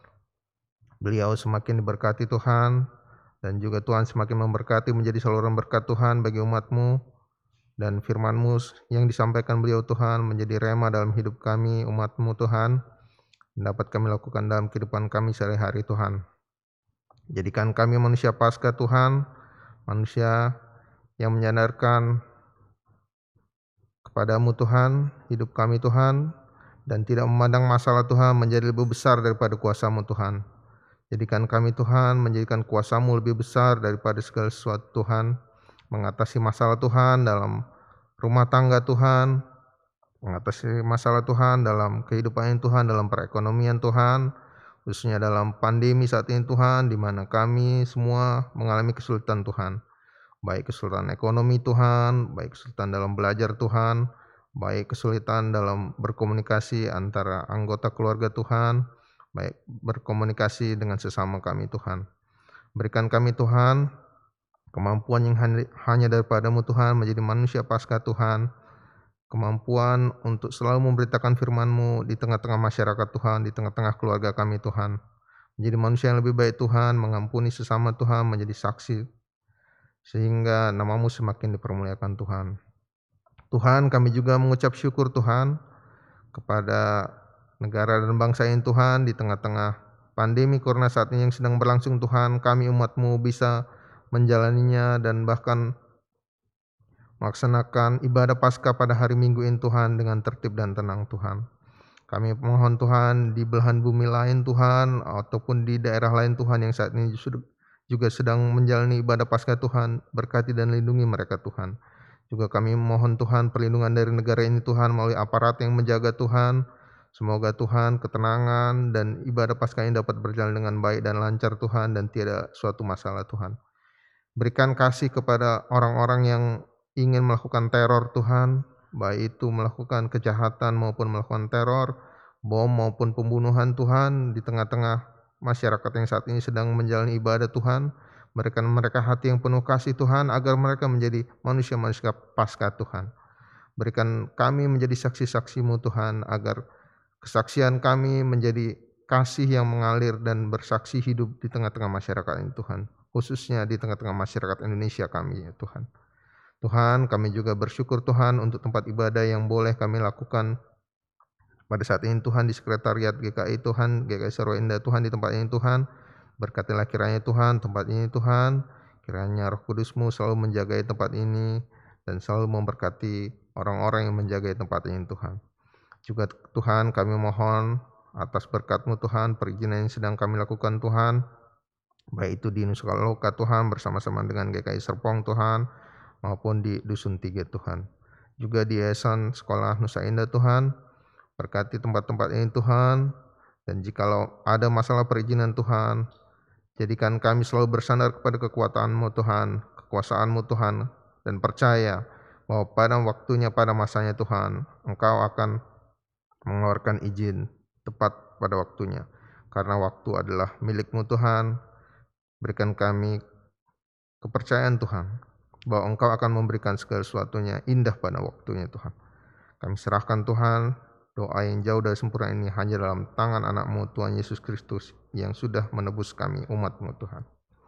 beliau semakin diberkati Tuhan, dan juga Tuhan semakin memberkati menjadi saluran berkat Tuhan bagi umat-Mu, dan firman-Mu yang disampaikan beliau Tuhan menjadi rema dalam hidup kami, umat-Mu Tuhan, dapat kami lakukan dalam kehidupan kami sehari-hari Tuhan. Jadikan kami manusia Paskah Tuhan, manusia yang menyandarkan kepadamu Tuhan, hidup kami Tuhan, dan tidak memandang masalah Tuhan menjadi lebih besar daripada kuasa-Mu Tuhan. Jadikan kami Tuhan, menjadikan kuasa-Mu lebih besar daripada segala sesuatu Tuhan, mengatasi masalah Tuhan dalam rumah tangga Tuhan, mengatasi masalah Tuhan dalam kehidupan Tuhan, dalam perekonomian Tuhan, khususnya dalam pandemi saat ini Tuhan, di mana kami semua mengalami kesulitan Tuhan. Baik kesulitan ekonomi Tuhan, baik kesulitan dalam belajar Tuhan, baik kesulitan dalam berkomunikasi antara anggota keluarga Tuhan, baik berkomunikasi dengan sesama kami Tuhan. Berikan kami Tuhan kemampuan yang hanya daripada-Mu Tuhan, menjadi manusia Paskah Tuhan, kemampuan untuk selalu memberitakan firman-Mu di tengah-tengah masyarakat Tuhan, di tengah-tengah keluarga kami Tuhan. Menjadi manusia yang lebih baik Tuhan, mengampuni sesama Tuhan, menjadi saksi, sehingga nama-Mu semakin dipermuliakan Tuhan. Tuhan, kami juga mengucap syukur Tuhan kepada negara dan bangsa ini Tuhan, di tengah-tengah pandemi corona saat ini yang sedang berlangsung Tuhan, kami umat-Mu bisa menjalaninya dan bahkan melaksanakan ibadah Paskah pada hari Minggu ini Tuhan dengan tertib dan tenang Tuhan. Kami mohon Tuhan di belahan bumi lain Tuhan, ataupun di daerah lain Tuhan yang saat ini juga sedang menjalani ibadah Paskah Tuhan, berkati dan lindungi mereka Tuhan. Juga kami mohon Tuhan perlindungan dari negara ini Tuhan melalui aparat yang menjaga Tuhan. Semoga Tuhan ketenangan dan ibadah Paskah ini dapat berjalan dengan baik dan lancar Tuhan, dan tiada suatu masalah Tuhan. Berikan kasih kepada orang-orang yang ingin melakukan teror Tuhan, baik itu melakukan kejahatan maupun melakukan teror, bom maupun pembunuhan Tuhan, di tengah-tengah masyarakat yang saat ini sedang menjalani ibadah Tuhan. Berikan mereka hati yang penuh kasih Tuhan, agar mereka menjadi manusia-manusia Paskah Tuhan. Berikan kami menjadi saksi-saksi-Mu Tuhan, agar kesaksian kami menjadi kasih yang mengalir dan bersaksi hidup di tengah-tengah masyarakat ini Tuhan. khususnya di tengah-tengah masyarakat Indonesia kami ya Tuhan. Tuhan, kami juga bersyukur Tuhan untuk tempat ibadah yang boleh kami lakukan pada saat ini Tuhan di sekretariat G K I Tuhan, G K I Sarwa Indah Tuhan di tempat ini Tuhan. Berkatilah kiranya Tuhan tempat ini Tuhan, kiranya Roh Kudus-Mu selalu menjagai tempat ini dan selalu memberkati orang-orang yang menjagai tempat ini Tuhan. Juga Tuhan kami mohon atas berkat-Mu Tuhan, perizinan yang sedang kami lakukan Tuhan, baik itu di Nusa Loka Tuhan bersama-sama dengan G K I Serpong Tuhan, maupun di Dusun Tiga Tuhan. Juga di Yayasan Sekolah Nusa Indah Tuhan, berkati tempat-tempat ini Tuhan, dan jikalau ada masalah perizinan Tuhan, jadikan kami selalu bersandar kepada kekuatan-Mu Tuhan, kekuasaan-Mu Tuhan, dan percaya bahwa pada waktunya, pada masanya Tuhan, Engkau akan mengeluarkan izin tepat pada waktunya. Karena waktu adalah milik-Mu Tuhan, berikan kami kepercayaan Tuhan, bahwa Engkau akan memberikan segala sesuatunya indah pada waktunya Tuhan. Kami serahkan Tuhan, doa yang jauh dari sempurna ini hanya dalam tangan anak-Mu Tuhan Yesus Kristus yang sudah menebus kami umat-Mu Tuhan.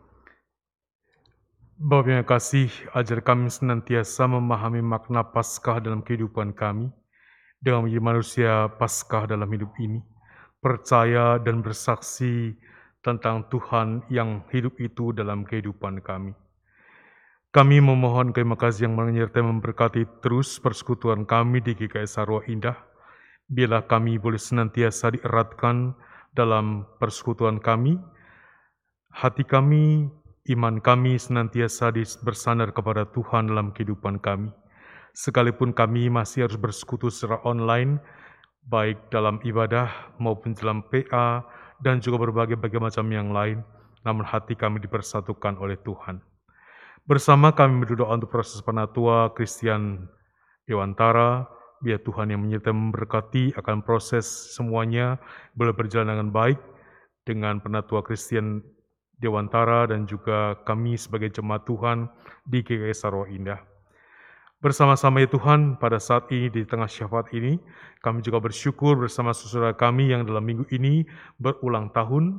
Bapa yang kasih, ajar kami senantiasa memahami makna Paskah dalam kehidupan kami, dengan menjadi manusia Paskah dalam hidup ini, percaya dan bersaksi tentang Tuhan yang hidup itu dalam kehidupan kami. Kami memohon terima kasih yang menyertai memberkati terus persekutuan kami di G K I Sarwa Indah. Biarlah kami boleh senantiasa dieratkan dalam persekutuan kami. Hati kami, iman kami senantiasa bersandar kepada Tuhan dalam kehidupan kami. Sekalipun kami masih harus bersekutu secara online, baik dalam ibadah maupun dalam P A dan juga berbagai-bagai macam yang lain, namun hati kami dipersatukan oleh Tuhan. Bersama kami berdoa untuk proses penatua Christian Dewantara, biar Tuhan yang menyertai memberkati akan proses semuanya boleh berjalan dengan baik dengan penatua Christian Dewantara dan juga kami sebagai jemaat Tuhan di G K I Sarwa Indah. Bersama-sama ya Tuhan, pada saat ini di tengah syafaat ini, kami juga bersyukur bersama saudara kami yang dalam minggu ini berulang tahun,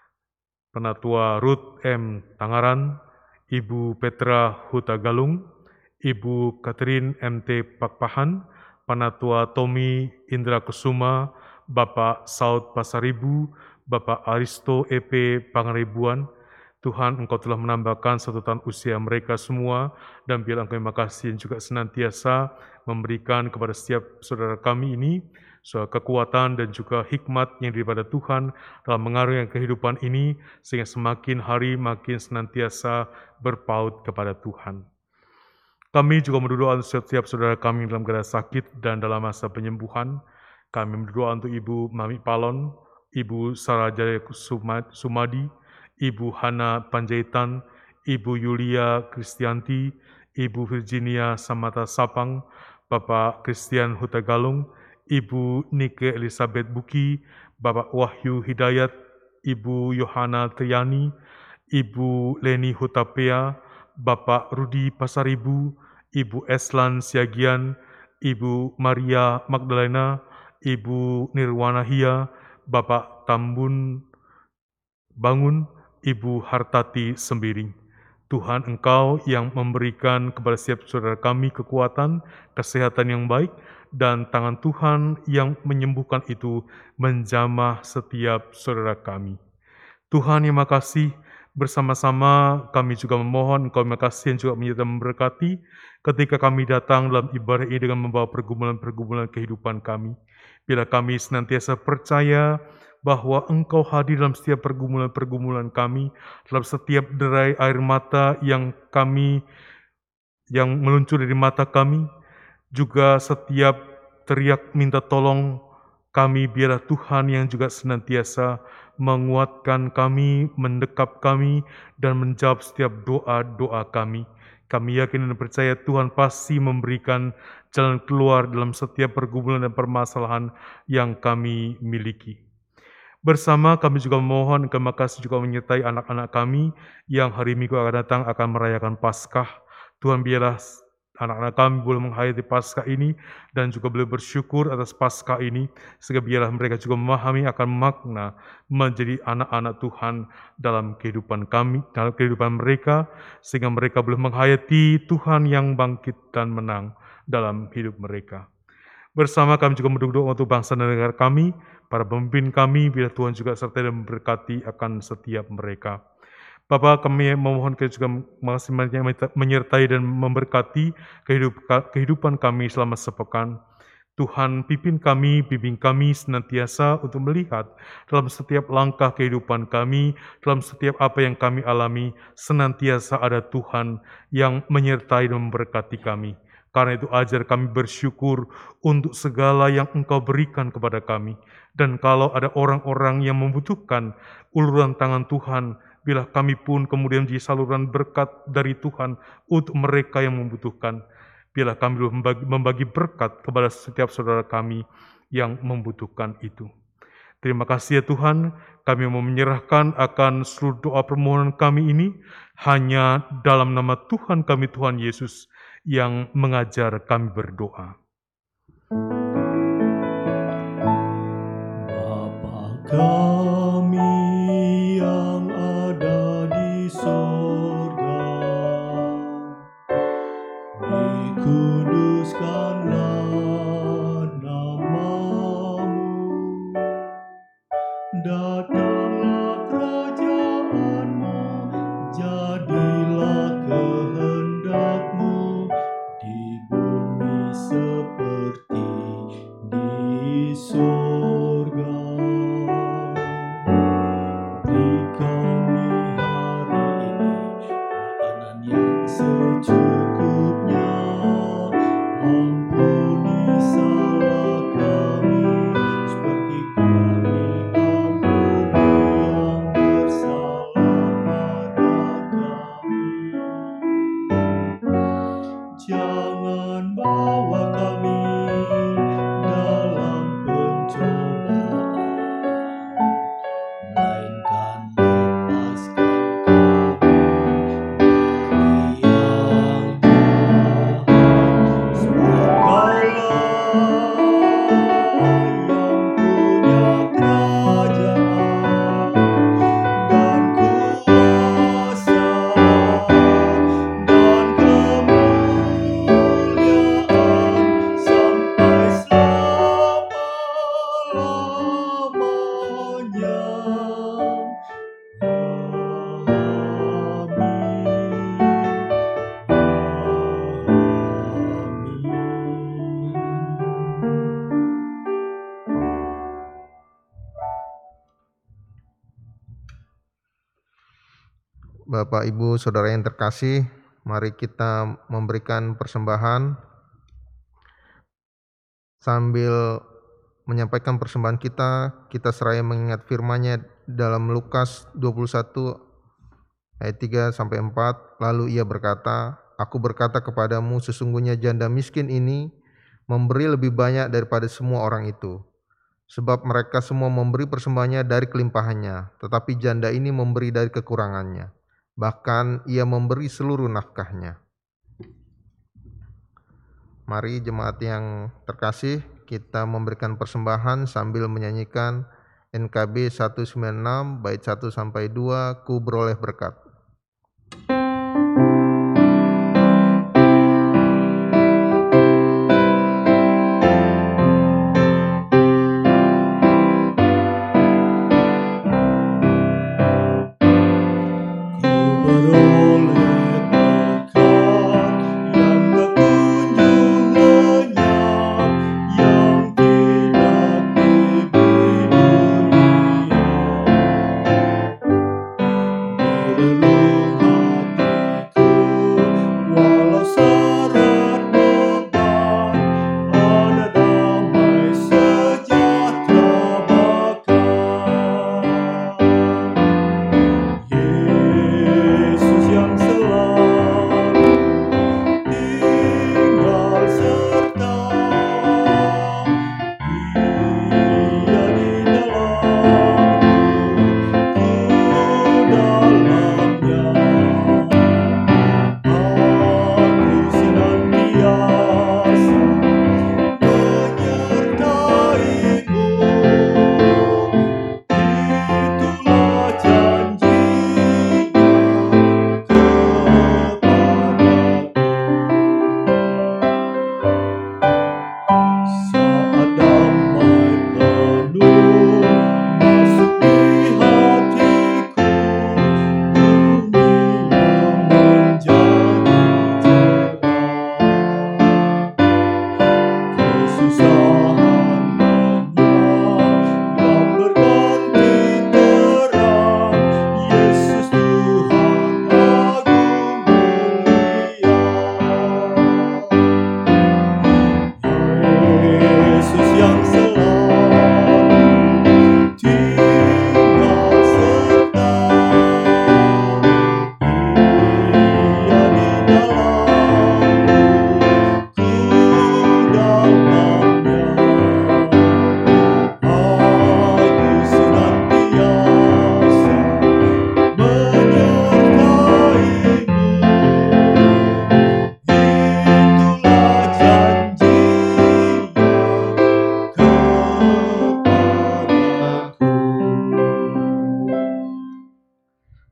Penatua Ruth M. Tangaran, Ibu Petra Hutagalung, Ibu Catherine M T Pakpahan, Penatua Tommy Indra Kusuma, Bapak Saud Pasaribu, Bapak Aristo E P Pangaribuan. Tuhan, Engkau telah menambahkan satu tahun usia mereka semua, dan biar Engkau terima kasih yang juga senantiasa memberikan kepada setiap saudara kami ini soal kekuatan dan juga hikmat yang daripada Tuhan dalam mengarungi kehidupan ini, sehingga semakin hari makin senantiasa berpaut kepada Tuhan. Kami juga berdoa untuk setiap saudara kami dalam keadaan sakit dan dalam masa penyembuhan. Kami berdoa untuk Ibu Mami Palon, Ibu Sarajaya Sumadi, Ibu Hana Panjaitan, Ibu Yulia Kristianti, Ibu Virginia Samata Sapang, Bapak Christian Hutagalung, Ibu Nike Elizabeth Buki, Bapak Wahyu Hidayat, Ibu Yohana Triani, Ibu Leni Hutapea, Bapak Rudi Pasaribu, Ibu Eslan Siagian, Ibu Maria Magdalena, Ibu Nirwana Hia, Bapak Tambun Bangun, Ibu Hartati Sembiring. Tuhan, Engkau yang memberikan kepada setiap saudara kami kekuatan, kesehatan yang baik, dan tangan Tuhan yang menyembuhkan itu menjamah setiap saudara kami. Tuhan yang makasih, bersama-sama kami juga memohon Engkau yang makasih yang juga menyertai memberkati ketika kami datang dalam ibadah ini dengan membawa pergumulan-pergumulan kehidupan kami. Bila kami senantiasa percaya bahwa Engkau hadir dalam setiap pergumulan-pergumulan kami, dalam setiap derai air mata yang kami, yang meluncur dari mata kami, juga setiap teriak minta tolong kami, biarlah Tuhan yang juga senantiasa menguatkan kami, mendekap kami, dan menjawab setiap doa-doa kami. Kami yakin dan percaya Tuhan pasti memberikan jalan keluar dalam setiap pergumulan dan permasalahan yang kami miliki. Bersama kami juga memohon terima kasih juga menyertai anak-anak kami yang hari Minggu akan datang akan merayakan Paskah. Tuhan, biarlah anak-anak kami boleh menghayati Paskah ini dan juga boleh bersyukur atas Paskah ini, sehingga biarlah mereka juga memahami akan makna menjadi anak-anak Tuhan dalam kehidupan kami, dalam kehidupan mereka, sehingga mereka boleh menghayati Tuhan yang bangkit dan menang dalam hidup mereka. Bersama kami juga berdoa untuk bangsa dan negara kami, para pemimpin kami, biar Tuhan juga sertai dan memberkati akan setiap mereka. Bapa, kami memohon Kau juga masih menyertai dan memberkati kehidupan kami selama sepekan. Tuhan, pimpin kami, bimbing kami senantiasa untuk melihat dalam setiap langkah kehidupan kami, dalam setiap apa yang kami alami, senantiasa ada Tuhan yang menyertai dan memberkati kami. Karena itu ajar kami bersyukur untuk segala yang Engkau berikan kepada kami. Dan kalau ada orang-orang yang membutuhkan uluran tangan Tuhan, bila kami pun kemudian menjadi saluran berkat dari Tuhan untuk mereka yang membutuhkan. Bila kami membagi, membagi berkat kepada setiap saudara kami yang membutuhkan itu. Terima kasih ya Tuhan, kami mau menyerahkan akan seluruh doa permohonan kami ini hanya dalam nama Tuhan kami, Tuhan Yesus, yang mengajar kami berdoa. Bapa kami yang ada di sorga, dikuduskanlah namamu, datanglah kerajaanmu, jadilah kehendakmu di bumi seperti di sorga. Beri kami hari ini makanan yang secukupnya, ampuni salah kami seperti kami ampuni yang bersalah pada kami. Jangan bawa kami dalam pencobaan, melainkan lepaskan kami dari yang jahat. Sebab Kaulah yang punya kerajaan dan kuasa dan kemuliaan sampai selama-lamanya. Bapak, Ibu, Saudara yang terkasih, mari kita memberikan persembahan sambil menyampaikan persembahan kita, kita seraya mengingat firman-Nya dalam Lukas dua puluh satu ayat tiga sampai empat. Lalu ia berkata, Aku berkata kepadamu, sesungguhnya janda miskin ini memberi lebih banyak daripada semua orang itu. Sebab mereka semua memberi persembahannya dari kelimpahannya, tetapi janda ini memberi dari kekurangannya. Bahkan ia memberi seluruh nafkahnya. Mari jemaat yang terkasih, kita memberikan persembahan sambil menyanyikan N K B seratus sembilan puluh enam bait satu sampai dua, Ku beroleh berkat. Beroleh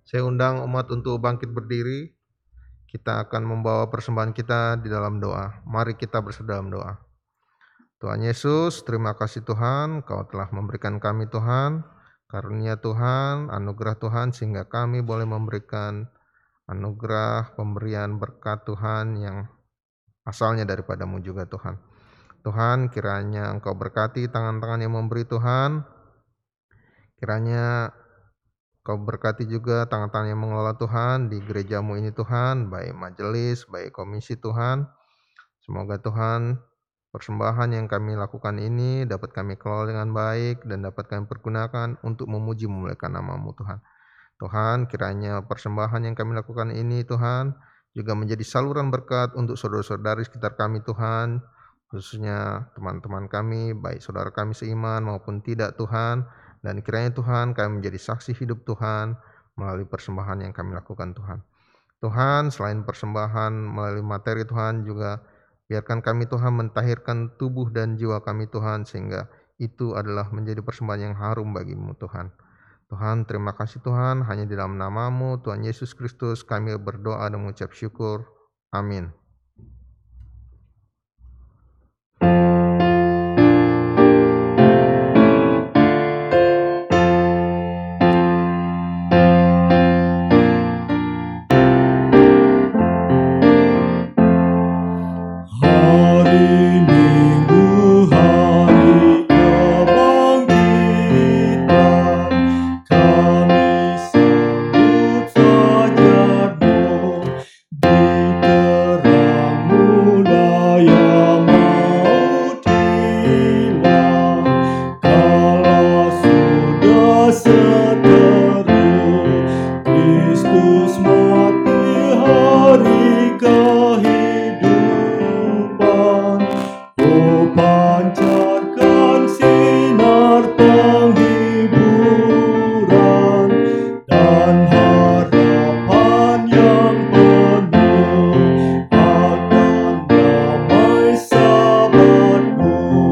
Saya undang umat untuk bangkit berdiri. Kita akan membawa persembahan kita di dalam doa. Mari kita bersatu dalam doa. Tuhan Yesus, terima kasih Tuhan, Kau telah memberikan kami Tuhan, karunia Tuhan, anugerah Tuhan, sehingga kami boleh memberikan anugerah pemberian berkat Tuhan yang asalnya daripada-Mu juga Tuhan. Tuhan, kiranya Engkau berkati tangan-tangan yang memberi Tuhan, kiranya Kau berkati juga tangan-tangan yang mengelola Tuhan di gereja-Mu ini Tuhan, baik majelis, baik komisi Tuhan. Semoga Tuhan persembahan yang kami lakukan ini dapat kami kelola dengan baik dan dapat kami pergunakan untuk memuji memuliakan nama-Mu Tuhan. Tuhan, kiranya persembahan yang kami lakukan ini Tuhan juga menjadi saluran berkat untuk saudara-saudari sekitar kami Tuhan, khususnya teman-teman kami, baik saudara kami seiman maupun tidak Tuhan. Dan kiranya Tuhan kami menjadi saksi hidup Tuhan melalui persembahan yang kami lakukan Tuhan. Tuhan, selain persembahan melalui materi Tuhan, juga biarkan kami Tuhan mentahirkan tubuh dan jiwa kami Tuhan, sehingga itu adalah menjadi persembahan yang harum bagi-Mu Tuhan. Tuhan, terima kasih Tuhan, hanya di dalam nama-Mu Tuhan Yesus Kristus kami berdoa dan mengucap syukur. Amin. Hari Minggu, hari kebangkitan, kami sambut fajar-Mu di terang mulaya maut hilang, kala sudah seteru Kristus mati hari kehidupan. Oh, pancarkan sinar penghiburan dan harapan yang penuh akan damai sabat-Mu.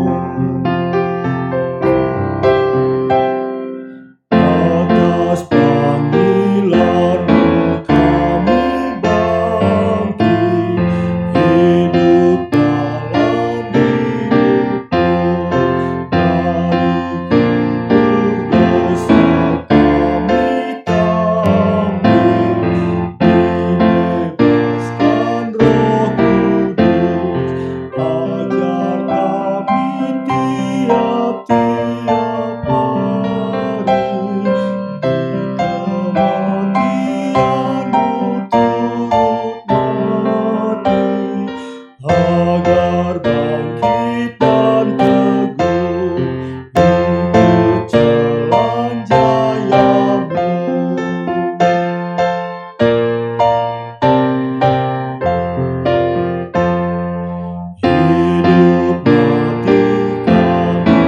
Atas panggilan-Mu kami bangkit, hidup dalam hidup-Mu. Dari kubur dosa kami tampil, dibebaskan Roh Kudus. Ajar kami tiap-tiap hari, di kematian-Mu turut mati, agar bangkit dan teguh ikut jalan jaya-Mu. Hidup mati kami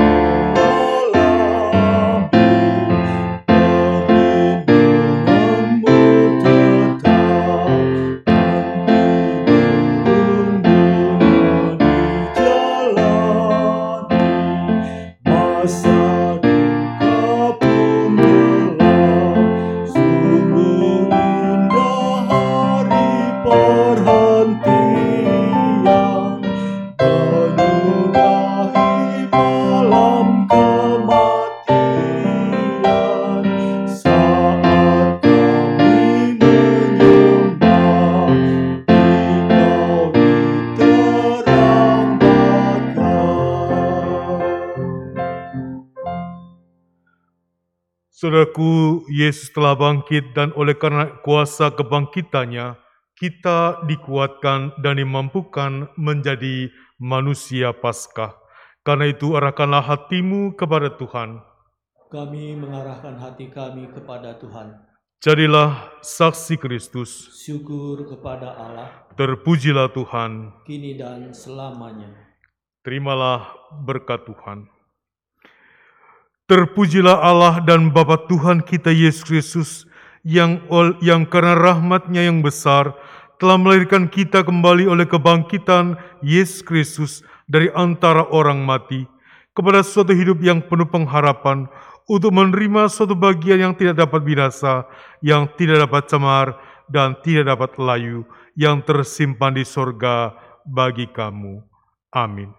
mengalami, perlindungan-Mu tetap, dan dijalani. Masa duka pun gelap, sungguh indah hari perhentian, menyudahi malam kematian. Saat kami menyembah, Engkau diterang Saudaraku, Yesus telah bangkit dan oleh karena kuasa kebangkitannya, kita dikuatkan dan dimampukan menjadi manusia Paskah. Karena itu arahkanlah hatimu kepada Tuhan. Kami mengarahkan hati kami kepada Tuhan. Jadilah saksi Kristus. Syukur kepada Allah, Terpujilah Tuhan. kini dan selamanya. Terimalah berkat Tuhan. Terpujilah Allah dan Bapa Tuhan kita Yesus Kristus, yang ol, yang karena rahmat-Nya yang besar telah melahirkan kita kembali oleh kebangkitan Yesus Kristus dari antara orang mati kepada suatu hidup yang penuh pengharapan untuk menerima suatu bagian yang tidak dapat binasa, yang tidak dapat cemar, dan tidak dapat layu, yang tersimpan di sorga bagi kamu. Amin.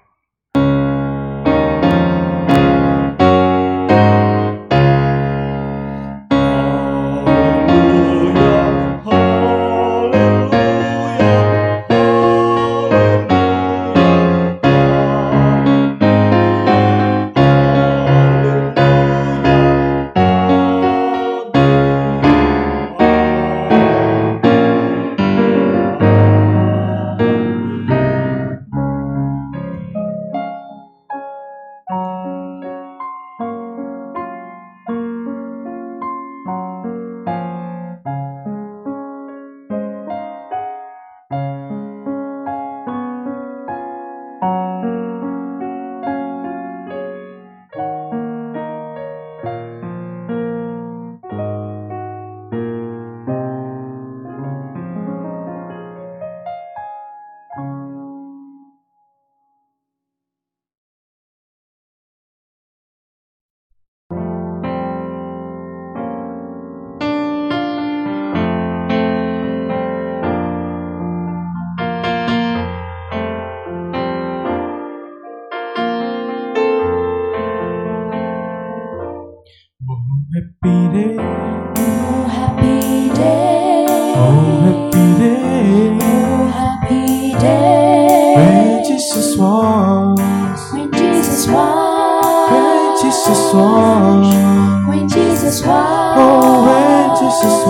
Happy day, Oh, happy day. oh happy day, Oh, happy day. when Jesus was, When Jesus was. when Jesus was, When Jesus was. oh when Jesus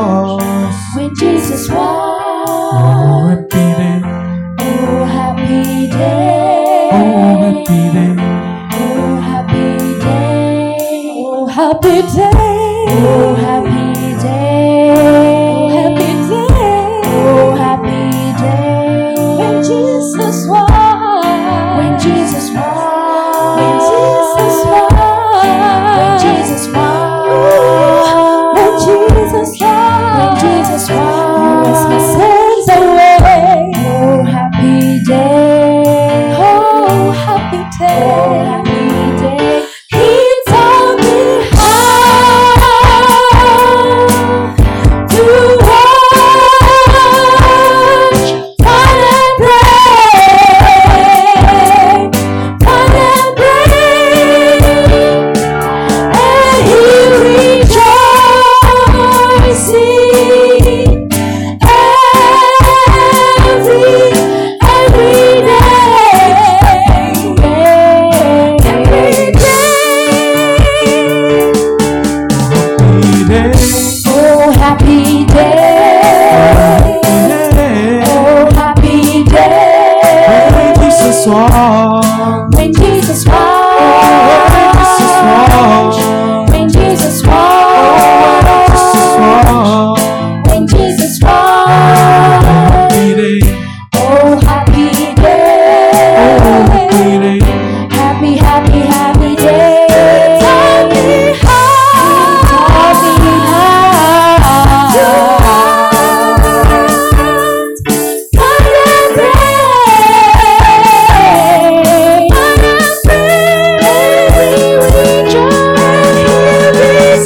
was, When Jesus was. oh happy day, Oh, happy day. oh happy day, Oh, happy day. Oh, happy day. Oh, happy day. Oh, happy day. Oh, happy day. When Jesus was. When Jesus was. When Jesus was. When Jesus was. When Jesus was. When Jesus was. He was my sins away. Oh, happy day. Oh, happy day. Oh, happy day. He taught me how to watch, fight and pray, fight and pray, and he rejoicing every every day, every day. Oh, happy day. Oh, happy day. when Jesus was, When Jesus was. when Jesus was, When Jesus was. Jesus was, When Jesus was. happy day, Oh, happy day. oh happy day, Happy, happy, happy day. Taught me how. Taught me how. To fight and pray. Fight and pray. Rejoice.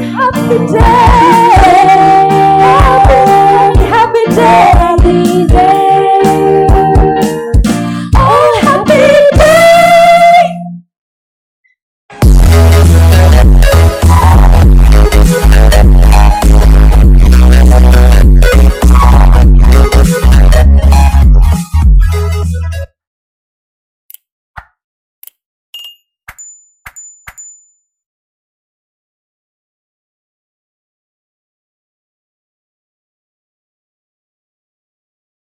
Happy day, happy day.